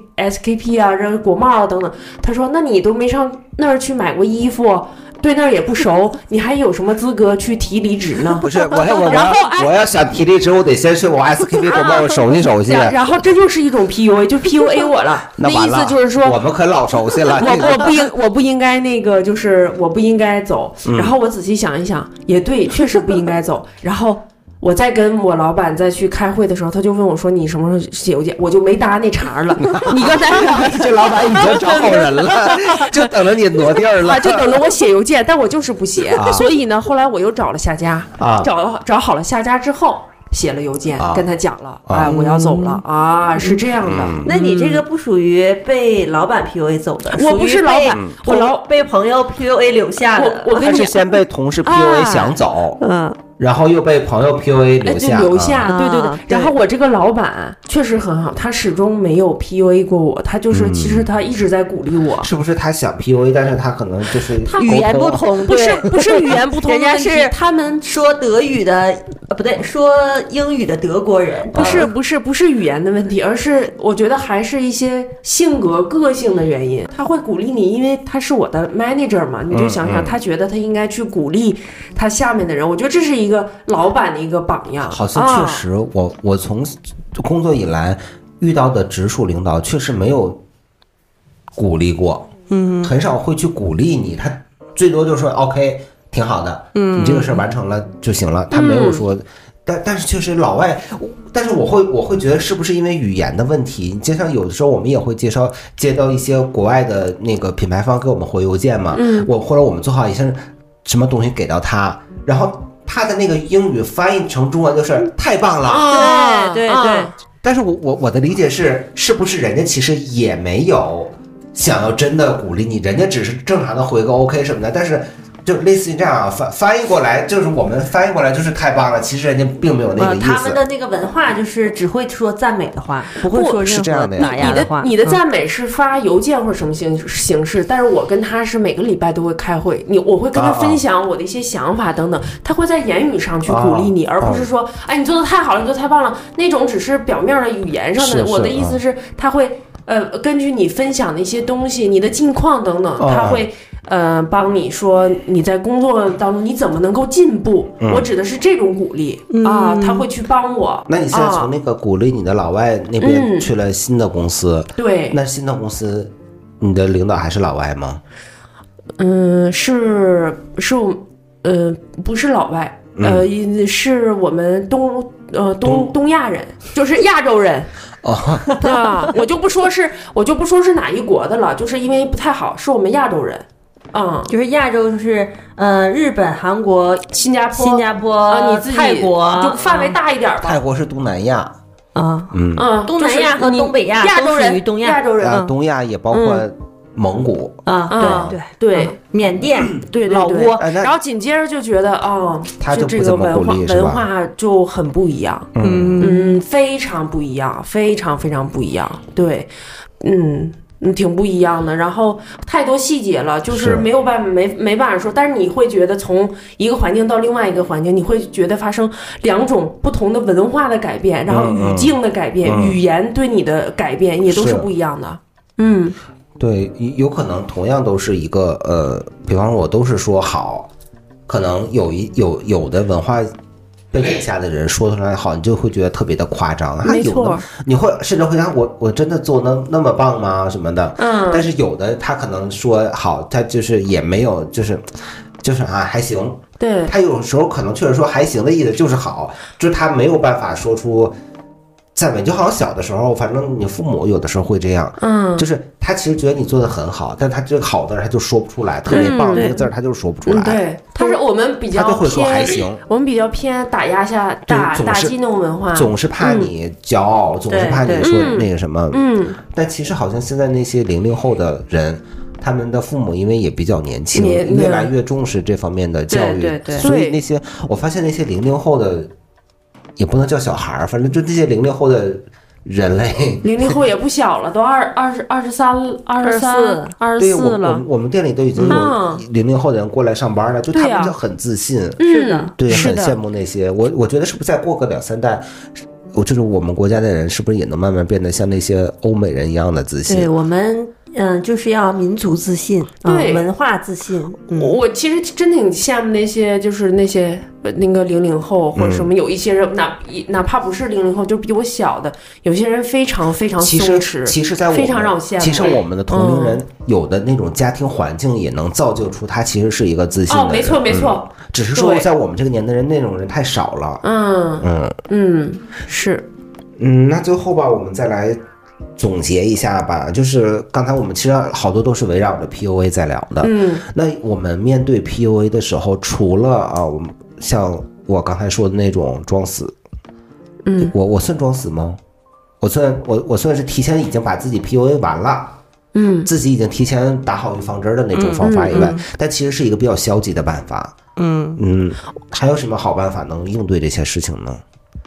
Speaker 3: SKP 啊、这国贸啊等等，他说那你都没上那儿去买过衣服。对那儿也不熟，你还有什么资格去提离职呢？
Speaker 2: 不是，我要想提离职，我得先去我 SKP 国贸熟悉。
Speaker 3: 然后这就是一种 PUA， 就 PUA 我了。那意思就是说，
Speaker 2: 我们可老熟悉了。
Speaker 3: 我不应该那个，就是我不应该走。然后我仔细想一想，也对，确实不应该走。然后。我在跟我老板再去开会的时候，他就问我说：“你什么时候写邮件？”我就没搭那茬了。你刚才
Speaker 2: 这老板已经找好人了，就等着你挪地儿了，
Speaker 3: 就等着我写邮件，但我就是不写。所以呢，后来我又找了下家，找好了下家之后。写了邮件跟他讲了，我要走了啊，是这样的。
Speaker 4: 那你这个不属于被老板 PUA 走的，
Speaker 3: 我不是老板，
Speaker 4: 我被朋友 PUA 留下的。
Speaker 2: 我跟你是先被同事 PUA 想走，然后又被朋友 PUA 留下，
Speaker 3: 对。然后我这个老板确实很好，他始终没有 PUA 过我，他就是其实他一直在鼓励我。
Speaker 2: 是不是他想 PUA， 但是他可能就是
Speaker 4: 他语言不同，
Speaker 3: 不是语言不同，
Speaker 4: 人家是他们说德语的，不对，说英语的德国人。
Speaker 3: 不是语言的问题，而是我觉得还是一些性格个性的原因。他会鼓励你，因为他是我的 manager 嘛，你就想想，他觉得他应该去鼓励他下面的人。我觉得这是一个老板的一个榜样。
Speaker 2: 好像确实，我从工作以来遇到的直属领导确实没有鼓励过，很少会去鼓励你，他最多就说 OK 挺好的，你这个事完成了就行了，他没有说。但是确实老外，但是我会觉得是不是因为语言的问题？就像有的时候我们也会接到一些国外的那个品牌方给我们回邮件嘛，或者我们做好一些什么东西给到他，然后他的那个英语翻译成中文就是太棒了，
Speaker 4: 对。
Speaker 2: 但是我的理解是不是人家其实也没有想要真的鼓励你，人家只是正常的回个 OK 什么的，但是。就类似于这样啊，翻译过来就是我们翻译过来就是太棒了，其实人家并没有那个意思。
Speaker 4: 他们的那个文化就是只会说赞美的话，不会说任何打压的话。
Speaker 3: 你的赞美是发邮件或者什么形式，但是我跟他是每个礼拜都会开会，我会跟他分享我的一些想法等等，他会在言语上去鼓励你，而不是说哎你做的太好了，你做的太棒了，那种只是表面的语言上的。我的意思是他会根据你分享的一些东西，你的近况等等，他会。帮你说你在工作当中你怎么能够进步，我指的是这种鼓励他会去帮我。
Speaker 2: 那你现在从那个鼓励你的老外那边去了新的公司，
Speaker 3: 对，
Speaker 2: 那新的公司你的领导还是老外吗？
Speaker 3: 不是老外，是我们东亚人，就是亚洲人。我就不说是哪一国的了，就是因为不太好，是我们亚洲人。
Speaker 4: 就是亚洲，就是日本、韩国、
Speaker 3: 新加坡
Speaker 4: 你自己泰国，
Speaker 3: 就范围大一点吧。
Speaker 2: 泰国是东南亚
Speaker 4: 东南亚和东北亚都属于东亚。
Speaker 3: 亚洲人，
Speaker 2: 东亚也包括蒙古
Speaker 3: 对，
Speaker 4: 缅甸
Speaker 3: 对
Speaker 4: 老挝，
Speaker 3: 然后紧接着就觉得就这个文化就很不一样，非常不一样，非常非常不一样，对，挺不一样的，然后太多细节了，就是没有办法没办法说，但是你会觉得从一个环境到另外一个环境，你会觉得发生两种不同的文化的改变，然后语境的改变，语言对你的改变也都是不一样的。
Speaker 2: 对，有可能同样都是一个比方说我都是说好，可能有的文化背景下的人说出来好，你就会觉得特别的夸张，
Speaker 3: 没错，
Speaker 2: 你会甚至会想我真的做那么棒吗什么的，但是有的他可能说好，他就是也没有就是还行，
Speaker 3: 对，他
Speaker 2: 有时候可能确实说还行的意思就是好，就是他没有办法说出赞美，就好像小的时候，反正你父母有的时候会这样，就是他其实觉得你做的很好，但他这个好字他就说不出来，特别棒这个字他就说不出来。
Speaker 3: 对，他是我们比较
Speaker 2: 他就会说还行，
Speaker 3: 我们比较偏打压下打击那种文化，
Speaker 2: 总是怕你骄傲，总是怕你说那个什么，但其实好像现在那些00后的人。他们的父母因为也比较年轻，越来越重视这方面的教育，
Speaker 3: 对，
Speaker 2: 所以那些我发现那些00后的，也不能叫小孩儿，反正就这些00后的人类
Speaker 3: ，00后也不小了，都23了。
Speaker 2: 我们店里都已经有00后的人过来上班了，就他们就很自信，
Speaker 4: 是的，
Speaker 2: 对，很羡慕那些。我觉得是不是再过个2-3代？就是我们国家的人是不是也能慢慢变得像那些欧美人一样的自信？
Speaker 4: 对，我们就是要民族自信，
Speaker 3: 对，
Speaker 4: 文化自信。
Speaker 3: 我其实真挺羡慕那些，就是那些那个00后或者什么，有一些人哪怕不是00后，就比我小的，有些人非常非常松弛。
Speaker 2: 其实在我们
Speaker 3: 非常让我羡慕。
Speaker 2: 其实我们的同龄人有的那种家庭环境也能造就出他其实是一个自信的人。
Speaker 3: 没错没错。
Speaker 2: 只是说在我们这个年代人那种人太少了。
Speaker 3: 是。
Speaker 2: 那最后吧，我们再来总结一下吧。就是刚才我们其实好多都是围绕着 PUA 在聊的。那我们面对 PUA 的时候，除了我们像我刚才说的那种装死，我算装死吗？我算是提前已经把自己 PUA 完了。自己已经提前打好预防针的那种方法以外，但其实是一个比较消极的办法。还有什么好办法能应对这些事情呢？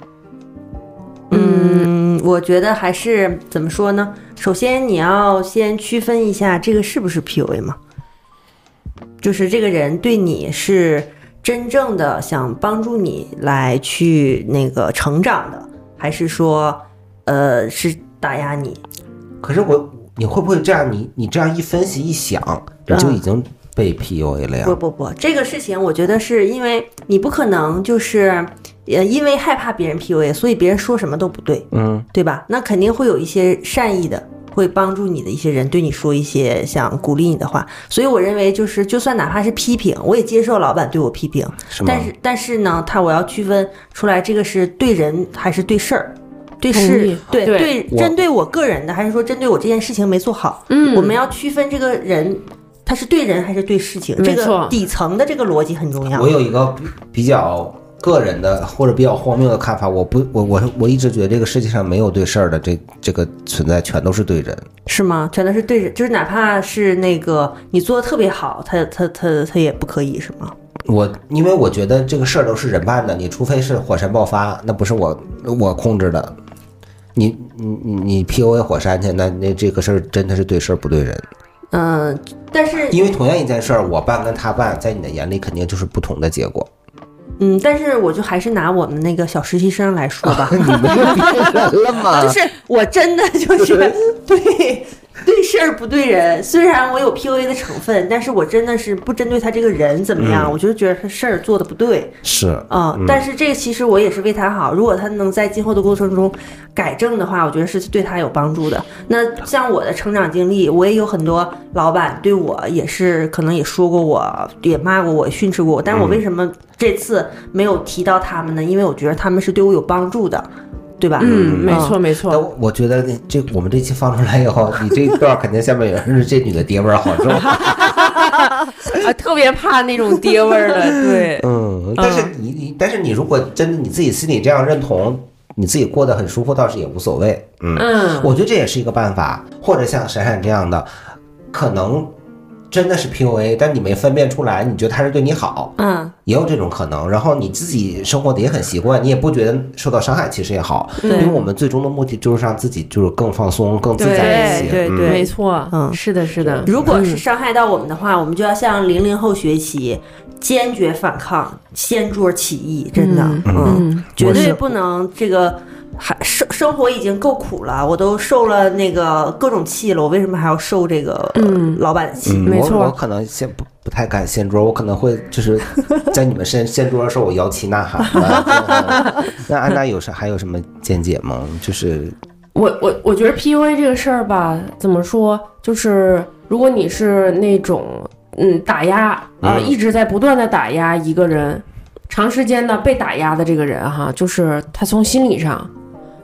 Speaker 4: 我觉得还是怎么说呢？首先你要先区分一下这个是不是 PUA 嘛，就是这个人对你是真正的想帮助你来去那个成长的，还是说是打压你？
Speaker 2: 可是你会不会这样？你这样一分析一想，你就已经被 PUA 了呀？
Speaker 4: 不，这个事情我觉得是因为你不可能就是因为害怕别人 PUA， 所以别人说什么都不对，对吧？那肯定会有一些善意的，会帮助你的一些人对你说一些想鼓励你的话。所以我认为就是就算哪怕是批评，我也接受老板对我批评，但是呢，我要区分出来这个是对人还是对事儿。对事，对，针对我个人的，还是说针对我这件事情没做好？我们要区分这个人他是对人还是对事情，这个底层的这个逻辑很重要。
Speaker 2: 我有一个比较个人的或者比较荒谬的看法，我一直觉得这个世界上没有对事儿的这个存在，全都是对人。
Speaker 4: 是吗？全都是对人，就是哪怕是那个你做的特别好，他也不可以，是吗？
Speaker 2: 因为我觉得这个事儿都是人办的，你除非是火山爆发，那不是我控制的。你 PUA 火山去，那这个事儿真的是对事儿不对人。
Speaker 4: 但是
Speaker 2: 因为同样一件事儿，我办跟他办，在你的眼里肯定就是不同的结果。
Speaker 4: 但是我就还是拿我们那个小实习生来说吧。
Speaker 2: 你们就别人了吗？
Speaker 4: 就是我真的就是对事儿不对人，虽然我有 PUA 的成分，但是我真的是不针对他这个人怎么样，我就觉得他事儿做的不对。
Speaker 2: 是
Speaker 4: 但是这个其实我也是为他好，如果他能在今后的过程中改正的话，我觉得是对他有帮助的。那像我的成长经历，我也有很多老板对我也是可能也说过我，也骂过我，训斥过我，但是我为什么这次没有提到他们呢？因为我觉得他们是对我有帮助的。对吧？
Speaker 3: 没错没错。
Speaker 2: 我觉得我们这期放出来以后，你这一段肯定下面有人是这女的爹味儿好重。
Speaker 3: 特别怕那种爹味儿的，对。
Speaker 2: 但是你如果真的你自己心里这样认同，你自己过得很舒服，倒是也无所谓。我觉得这也是一个办法，或者像闪闪这样的，可能真的是 PUA， 但你没分辨出来，你觉得他是对你好，也有这种可能。然后你自己生活的也很习惯，你也不觉得受到伤害，其实也好，因为我们最终的目的就是让自己就是更放松、更自在一些。
Speaker 3: 对，没错，是的，是的。
Speaker 4: 如果是伤害到我们的话，我们就要向00后学习，坚决反抗，掀桌起义，真的，绝对不能这个。生活已经够苦了，我都受了那个各种气了，我为什么还要受这个老板的气？
Speaker 3: 没错，
Speaker 2: 我可能不太敢掀桌，我可能会就是在你们掀桌的时候，我摇旗呐喊。那安娜还有什么见解吗？就是
Speaker 3: 我觉得 PUA 这个事儿吧，怎么说？就是如果你是那种打压一直在不断的打压一个人，长时间的被打压的这个人哈，就是他从心理上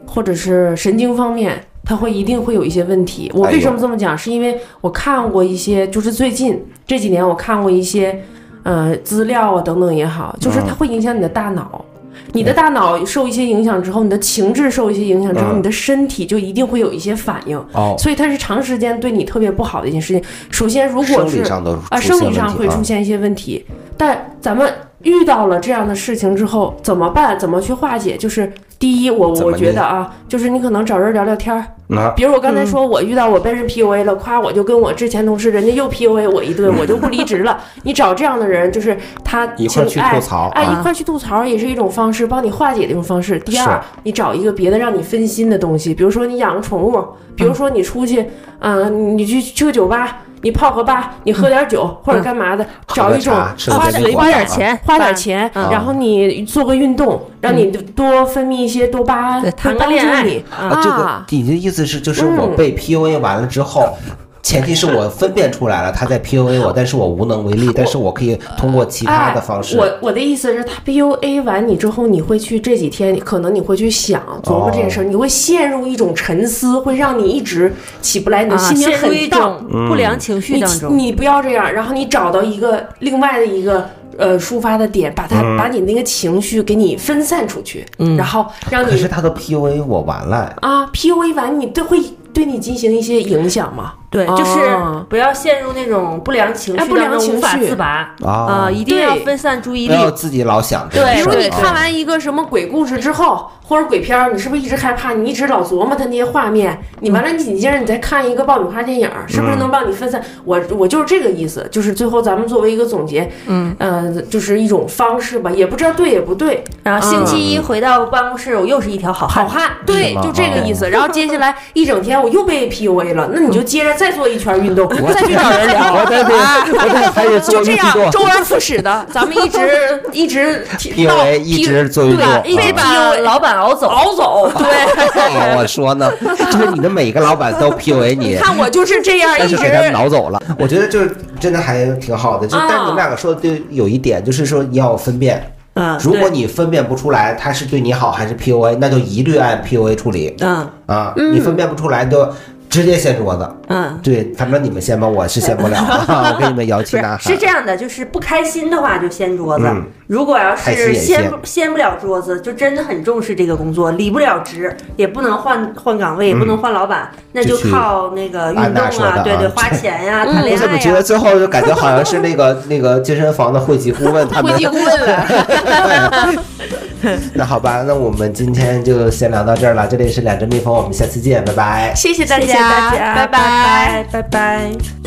Speaker 3: 或者是神经方面，他一定会有一些问题。我为什么这么讲？是因为我看过一些，就是最近这几年我看过一些资料啊等等也好，就是它会影响你的大脑。你的大脑受一些影响之后，你的情志受一些影响之后，你的身体就一定会有一些反应。所以它是长时间对你特别不好的一件事情。首先，如果是生理上会出现一些问题，但咱们遇到了这样的事情之后怎么办？怎么去化解？就是第一，我觉得啊，就是你可能找人聊聊天儿。比如我刚才说我遇到我被人 PUA 了，夸我就跟我之前同事人家又 PUA 我一顿，我就不离职了。你找这样的人，就是他
Speaker 2: 一块去吐槽，
Speaker 3: 一块去吐槽也是一种方式，帮你化解的一种方式。第二，你找一个别的让你分心的东西，比如说你养个宠物，比如说你出去，你去个酒吧。你泡个吧，你喝点酒或者干嘛的，找一种花点钱，然后你做个运动，让你多分泌一些多巴胺，
Speaker 4: 谈个恋爱。
Speaker 2: 这个你的意思是，就是我被 PUA 完了之后。前提是我分辨出来了他在 PUA 我，但是我无能为力，但是我可以通过其他的方式。
Speaker 3: 我的意思是，他 PUA 完你之后，你会去这几天，可能你会去想琢磨这件事，你会陷入一种沉思，会让你一直起不来，你的心情很荡，
Speaker 4: 不良情绪当中。
Speaker 3: 你不要这样，然后你找到另外的一个抒发的点，把你那个情绪给你分散出去，然后让你。
Speaker 2: 可是他都 PUA 我完了
Speaker 3: PUA 完你都会对你进行一些影响吗？
Speaker 4: 对，就是不要陷入那种不良情绪当中无法自拔一定要分散注意力，
Speaker 2: 不要自己老想。
Speaker 3: 对，比如你看完一个什么鬼故事之后，或者鬼片，你是不是一直害怕？你一直老琢磨他那些画面，你完了你紧接着你再看一个爆米花电影，是不是能帮你分散？我就是这个意思，就是最后咱们作为一个总结，就是一种方式吧，也不知道对也不对。
Speaker 4: 然后星期一回到办公室，我又是一条好汉，
Speaker 3: 对，就这个意思。然后接下来一整天我又被 PUA 了，那你就接着再做一圈运动，再去找人聊
Speaker 2: 我
Speaker 3: 就这样周而复始的，咱们一直
Speaker 2: PUA 一直做运动，
Speaker 3: 一直把
Speaker 4: 老板熬走。
Speaker 3: 对，
Speaker 2: 我说呢，就是你的每一个老板都 PUA 你，
Speaker 3: 看我就是这样，
Speaker 2: 但是给他们挠走了。我觉得就是真的还挺好的，但你们两个说的对，有一点就是说你要分辨。如果你分辨不出来他是对你好还是 PUA， 那就一律按 PUA 处理。你分辨不出来就直接掀桌子。对，反正你们掀吧，我是掀不了。我给你们摇旗呐喊。
Speaker 4: 是这样的，就是不开心的话就掀桌子。如果要是掀不了桌子，就真的很重视这个工作，离不了职，也不能换岗位，也不能换老板，那就靠那个运动啊，对，花钱呀，谈恋爱呀。
Speaker 2: 我怎么觉得最后就感觉好像是那个健身房的会籍顾问他们。
Speaker 3: 会籍顾问了。
Speaker 2: 那好吧，那我们今天就先聊到这儿了。这里是两只蜜蜂，我们下次见，拜拜。
Speaker 3: 谢谢大家，
Speaker 4: 拜拜。